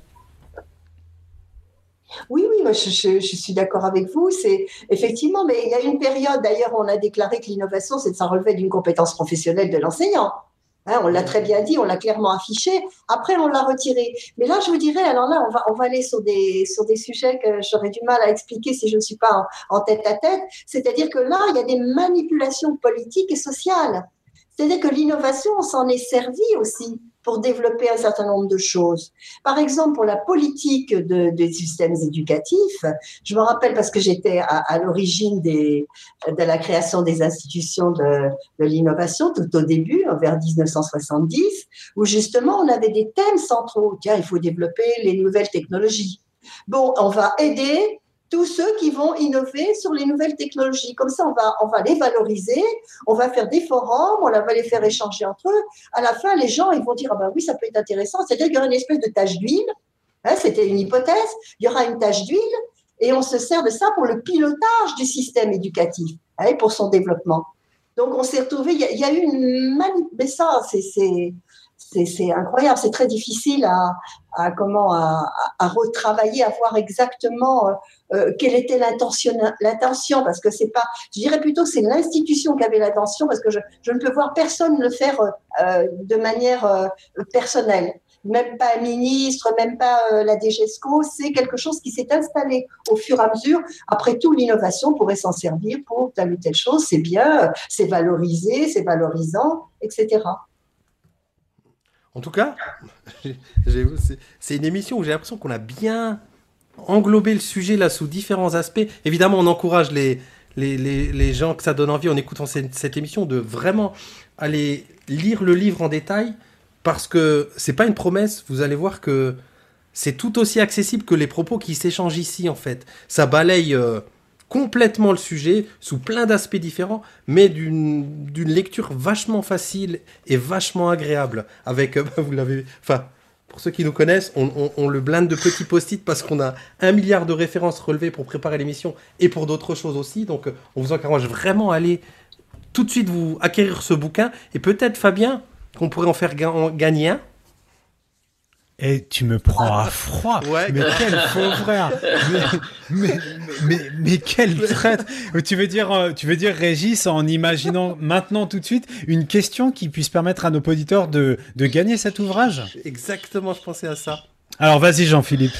Oui, oui, moi, je, je- je suis d'accord avec vous. C'est effectivement, mais il y a une période, d'ailleurs, où on a déclaré que l'innovation, c'est ça relevait d'une compétence professionnelle de l'enseignant. Hein, on l'a très bien dit, on l'a clairement affiché. Après, on l'a retiré. Mais là, je vous dirais, alors là, on va, on va aller sur des, sur des sujets que j'aurais du mal à expliquer si je ne suis pas en, en tête à tête. C'est-à-dire que là, il y a des manipulations politiques et sociales. C'est-à-dire que l'innovation, on s'en est servi aussi pour développer un certain nombre de choses. Par exemple, pour la politique de, des systèmes éducatifs, je me rappelle parce que j'étais à, à l'origine des, de la création des institutions de, de l'innovation tout au début, vers dix-neuf cent soixante-dix, où justement on avait des thèmes centraux. Tiens, il faut développer les nouvelles technologies. Bon, on va aider tous ceux qui vont innover sur les nouvelles technologies. Comme ça, on va, on va les valoriser, on va faire des forums, on va les faire échanger entre eux. À la fin, les gens, ils vont dire, ah ben oui, ça peut être intéressant. C'est-à-dire qu'il y aura une espèce de tache d'huile, hein, c'était une hypothèse, il y aura une tache d'huile, et on se sert de ça pour le pilotage du système éducatif, hein, pour son développement. Donc, on s'est retrouvé, il y a, il y a eu une manip... Mais ça, c'est... c'est C'est, c'est incroyable, c'est très difficile à, à comment à, à retravailler, à voir exactement euh, quelle était l'intention, l'intention, parce que c'est pas, je dirais plutôt que c'est l'institution qui avait l'intention, parce que je, je ne peux voir personne le faire euh, de manière euh, personnelle, même pas un ministre, même pas euh, la D G E S C O, c'est quelque chose qui s'est installé au fur et à mesure. Après tout, l'innovation pourrait s'en servir pour telle ou telle chose, c'est bien, c'est valorisé, c'est valorisant, et cetera. En tout cas, j'ai- j'ai- c'est c'est une émission où j'ai l'impression qu'on a bien englobé le sujet là sous différents aspects. Évidemment, on encourage les, les, les, les gens que ça donne envie en écoutant cette, cette émission de vraiment aller lire le livre en détail, parce que c'est pas une promesse. Vous allez voir que c'est tout aussi accessible que les propos qui s'échangent ici en fait. Ça balaye euh, complètement le sujet sous plein d'aspects différents, mais d'une d'une lecture vachement facile et vachement agréable. Avec, euh, vous l'avez, enfin, pour ceux qui nous connaissent, on, on- on le blinde de petits post-it parce qu'on a un milliard de références relevées pour préparer l'émission et pour d'autres choses aussi. Donc, euh, on vous encourage vraiment à aller tout de suite vous acquérir ce bouquin, et peut-être, Fabien, qu'on pourrait en faire ga- en gagner un. Et tu me prends à froid. Ouais, mais grave. quel faux frère. Mais, mais, mais, mais, mais quel traître. Tu veux dire, euh, tu veux dire, Régis, en imaginant maintenant tout de suite une question qui puisse permettre à nos auditeurs de, de gagner cet ouvrage? Exactement, je pensais à ça. Alors vas-y, Jean-Philippe.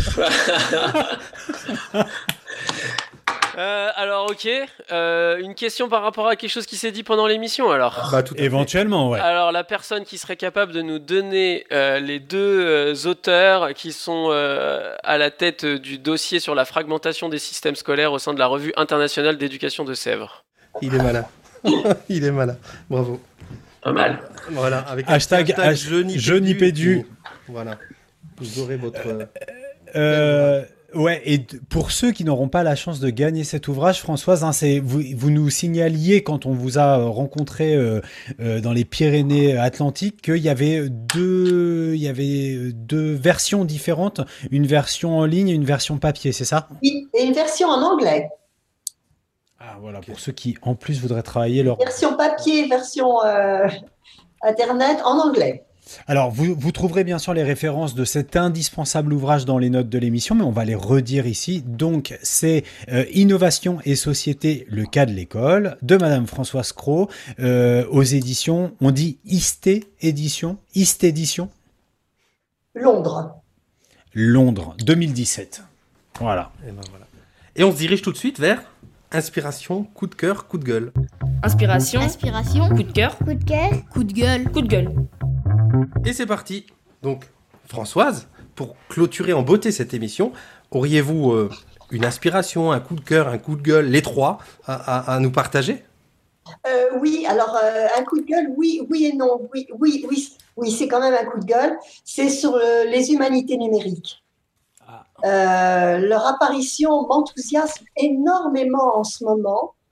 Euh, alors ok, Euh, une question par rapport à quelque chose qui s'est dit pendant l'émission alors. Bah, tout à fait. Éventuellement, ouais. Alors la personne qui serait capable de nous donner euh, les deux euh, auteurs qui sont euh, à la tête euh, du dossier sur la fragmentation des systèmes scolaires au sein de la revue internationale d'éducation de Sèvres. Il est malin. Il est malin. Bravo. Pas mal. Voilà, avec Hashtag hashtag hash- je n'y je n'y pédu. pédu. Voilà. Vous aurez votre. euh, Euh, ouais, et d- pour ceux qui n'auront pas la chance de gagner cet ouvrage, Françoise, hein, c'est, vous, vous nous signaliez quand on vous a euh, rencontré euh, euh, dans les Pyrénées-Atlantiques qu'il y avait deux, il y avait deux versions différentes, une version en ligne et une version papier, c'est ça? Oui, et une version en anglais. Ah voilà, pour ceux qui en plus voudraient travailler leur... Version papier, version euh, Internet en anglais. Alors, vous, vous trouverez bien sûr les références de cet indispensable ouvrage dans les notes de l'émission, mais on va les redire ici. Donc, c'est euh, Innovation et Société, le cas de l'école, de Madame Françoise Cros, euh, aux éditions, on dit Iste Édition, Iste Édition, Londres. Londres, deux mille dix-sept. Voilà. Et, ben voilà. Et on se dirige tout de suite vers inspiration, coup de cœur, coup de gueule. Inspiration, Inspiration, coup de cœur, coup de cœur, coup de gueule. coup de gueule. Et c'est parti. Donc, Françoise, pour clôturer en beauté cette émission, auriez-vous euh, une inspiration, un coup de cœur, un coup de gueule, les trois, à, à- à nous partager? Euh, oui, alors euh, un coup de gueule, oui, oui et non. Oui, oui, oui, oui, c'est quand même un coup de gueule. C'est sur euh, les humanités numériques. Euh, leur apparition m'enthousiasme énormément en ce moment.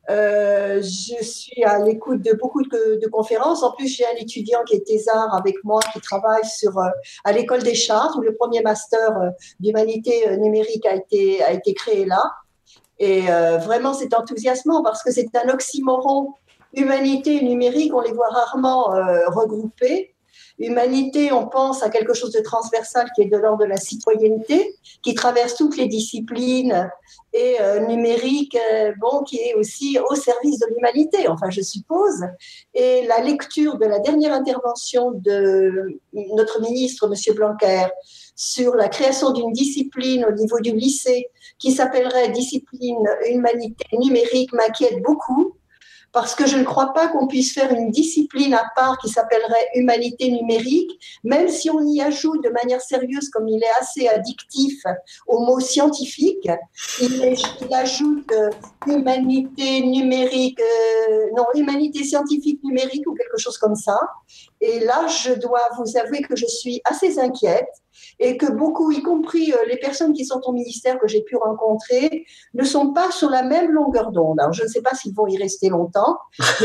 Euh, je suis à l'écoute de beaucoup de, de conférences. En plus, j'ai un étudiant qui est thésard avec moi, qui travaille sur, euh, à l'école des Chartres, où le premier master euh, d'humanité euh, numérique a été, a été créé là. Et euh, vraiment, c'est enthousiasmant parce que c'est un oxymoron. Humanité et numérique, on les voit rarement euh, regroupés. Humanité, on pense à quelque chose de transversal qui est de l'ordre de la citoyenneté, qui traverse toutes les disciplines, et euh, numérique, euh, bon, qui est aussi au service de l'humanité, enfin, je suppose. Et la lecture de la dernière intervention de notre ministre, M. Blanquer, sur la création d'une discipline au niveau du lycée qui s'appellerait discipline humanité numérique m'inquiète beaucoup. Parce que je ne crois pas qu'on puisse faire une discipline à part qui s'appellerait humanité numérique, même si on y ajoute de manière sérieuse, comme il est assez addictif au mot scientifique, il, est, il ajoute euh, humanité numérique, euh, non, humanité scientifique numérique ou quelque chose comme ça. Et là, je dois vous avouer que je suis assez inquiète et que beaucoup, y compris les personnes qui sont au ministère que j'ai pu rencontrer, ne sont pas sur la même longueur d'onde. Alors, je ne sais pas s'ils vont y rester longtemps, mais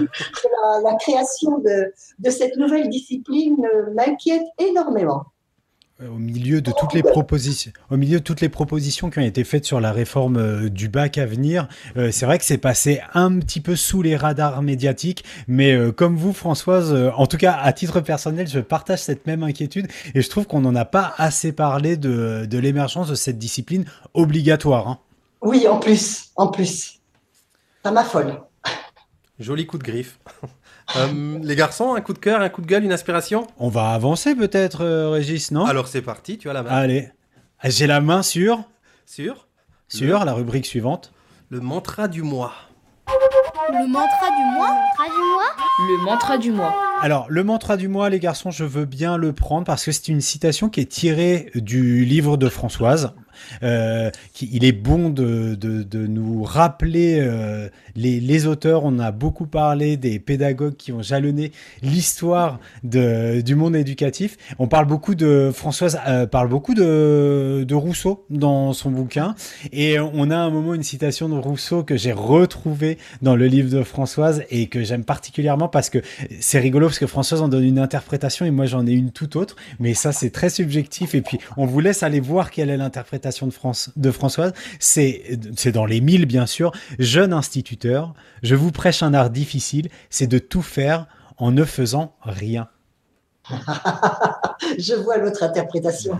la, la création de, de cette nouvelle discipline m'inquiète énormément. Au milieu de toutes les propositions, au milieu de toutes les propositions qui ont été faites sur la réforme euh, du bac à venir, euh, c'est vrai que c'est passé un petit peu sous les radars médiatiques, mais euh, comme vous, Françoise, euh, en tout cas à titre personnel, je partage cette même inquiétude et je trouve qu'on n'en a pas assez parlé de, de l'émergence de cette discipline obligatoire. Hein. Oui, en plus, en plus, ça m'affole. Joli coup de griffe. Euh, les garçons, un coup de cœur, un coup de gueule, une inspiration ? On va avancer peut-être, euh, Régis, non ? Alors c'est parti, tu as la main. Allez, j'ai la main sur... Sur Sur le... la rubrique suivante. Le mantra du mois. Le mantra du mois. Le mantra du mois. Le mantra du mois. Alors, le mantra du mois, les garçons, je veux bien le prendre parce que c'est une citation qui est tirée du livre de Françoise. Euh, qui, il est bon de, de, de nous rappeler euh, les, les auteurs. On a beaucoup parlé des pédagogues qui ont jalonné l'histoire de, du monde éducatif. On parle beaucoup de Françoise, euh, parle beaucoup de, de Rousseau dans son bouquin. Et on a à un moment une citation de Rousseau que j'ai retrouvée dans le livre de Françoise et que j'aime particulièrement parce que c'est rigolo parce que Françoise en donne une interprétation et moi j'en ai une toute autre. Mais ça, c'est très subjectif. Et puis, on vous laisse aller voir quelle est l'interprétation de, France, de Françoise, c'est, c'est dans les mille bien sûr. Jeune instituteur, je vous prêche un art difficile, c'est de tout faire en ne faisant rien. Je vois l'autre interprétation.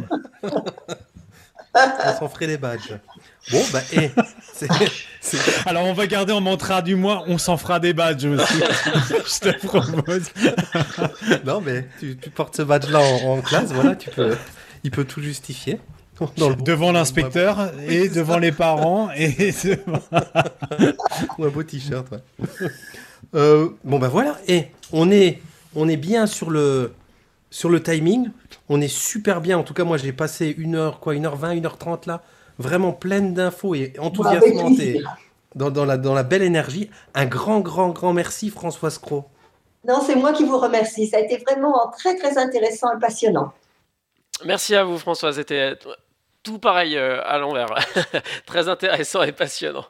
On s'en ferait des badges. Bon, bah, et, c'est, c'est... Alors, on va garder en mantra du mois, on s'en fera des badges aussi. Je te propose. Non, mais tu, tu portes ce badge-là en, en classe, voilà, tu peux, il peut tout justifier. Dans le devant bon, l'inspecteur oui, et devant ça. Les parents et ou un beau t-shirt ouais. euh, bon ben bah voilà et on est on est bien sur le sur le timing, on est super bien, en tout cas moi j'ai passé une heure quoi une heure vingt, une heure trente là, vraiment pleine d'infos et enthousiasmante et dans, dans la dans la belle énergie. Un grand grand grand merci Françoise Cros. Non, c'est moi qui vous remercie, ça a été vraiment très très intéressant et passionnant. Merci à vous Françoise, c'était tout pareil euh, à l'envers. Très intéressant et passionnant.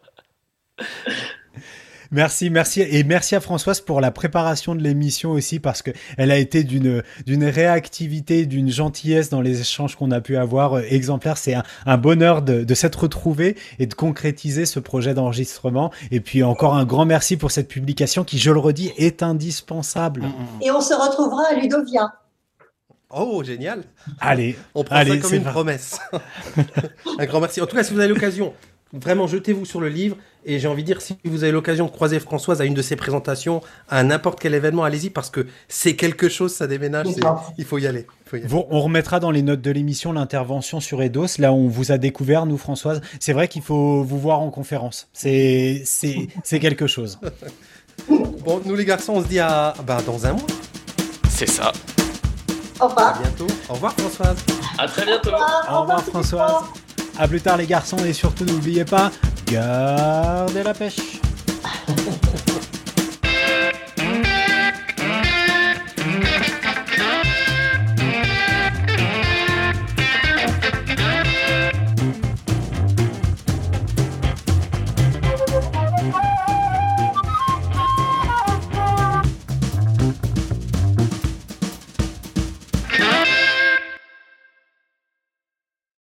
Merci, merci. Et merci à Françoise pour la préparation de l'émission aussi, parce qu'elle a été d'une, d'une réactivité, d'une gentillesse dans les échanges qu'on a pu avoir euh, exemplaires. C'est un, un bonheur de, de s'être retrouvé et de concrétiser ce projet d'enregistrement. Et puis encore un grand merci pour cette publication qui, je le redis, est indispensable. Et on se retrouvera à Ludovien. Oh, génial. Allez, on prend allez, ça comme une vrai. Promesse. Un grand merci. En tout cas, si vous avez l'occasion, vraiment jetez-vous sur le livre. Et j'ai envie de dire, si vous avez l'occasion de croiser Françoise à une de ses présentations, à n'importe quel événement, allez-y parce que c'est quelque chose, ça déménage. C'est... Il faut y aller. Il faut y aller. Vous, on remettra dans les notes de l'émission l'intervention sur Eidos, là où on vous a découvert, nous, Françoise. C'est vrai qu'il faut vous voir en conférence. C'est, c'est, c'est quelque chose. Bon, nous les garçons, on se dit à bah, dans un mois. C'est ça. Au revoir. À bientôt. Au revoir Françoise. À très bientôt. Au revoir, Au revoir Françoise. À plus tard les garçons et surtout n'oubliez pas, gardez la pêche.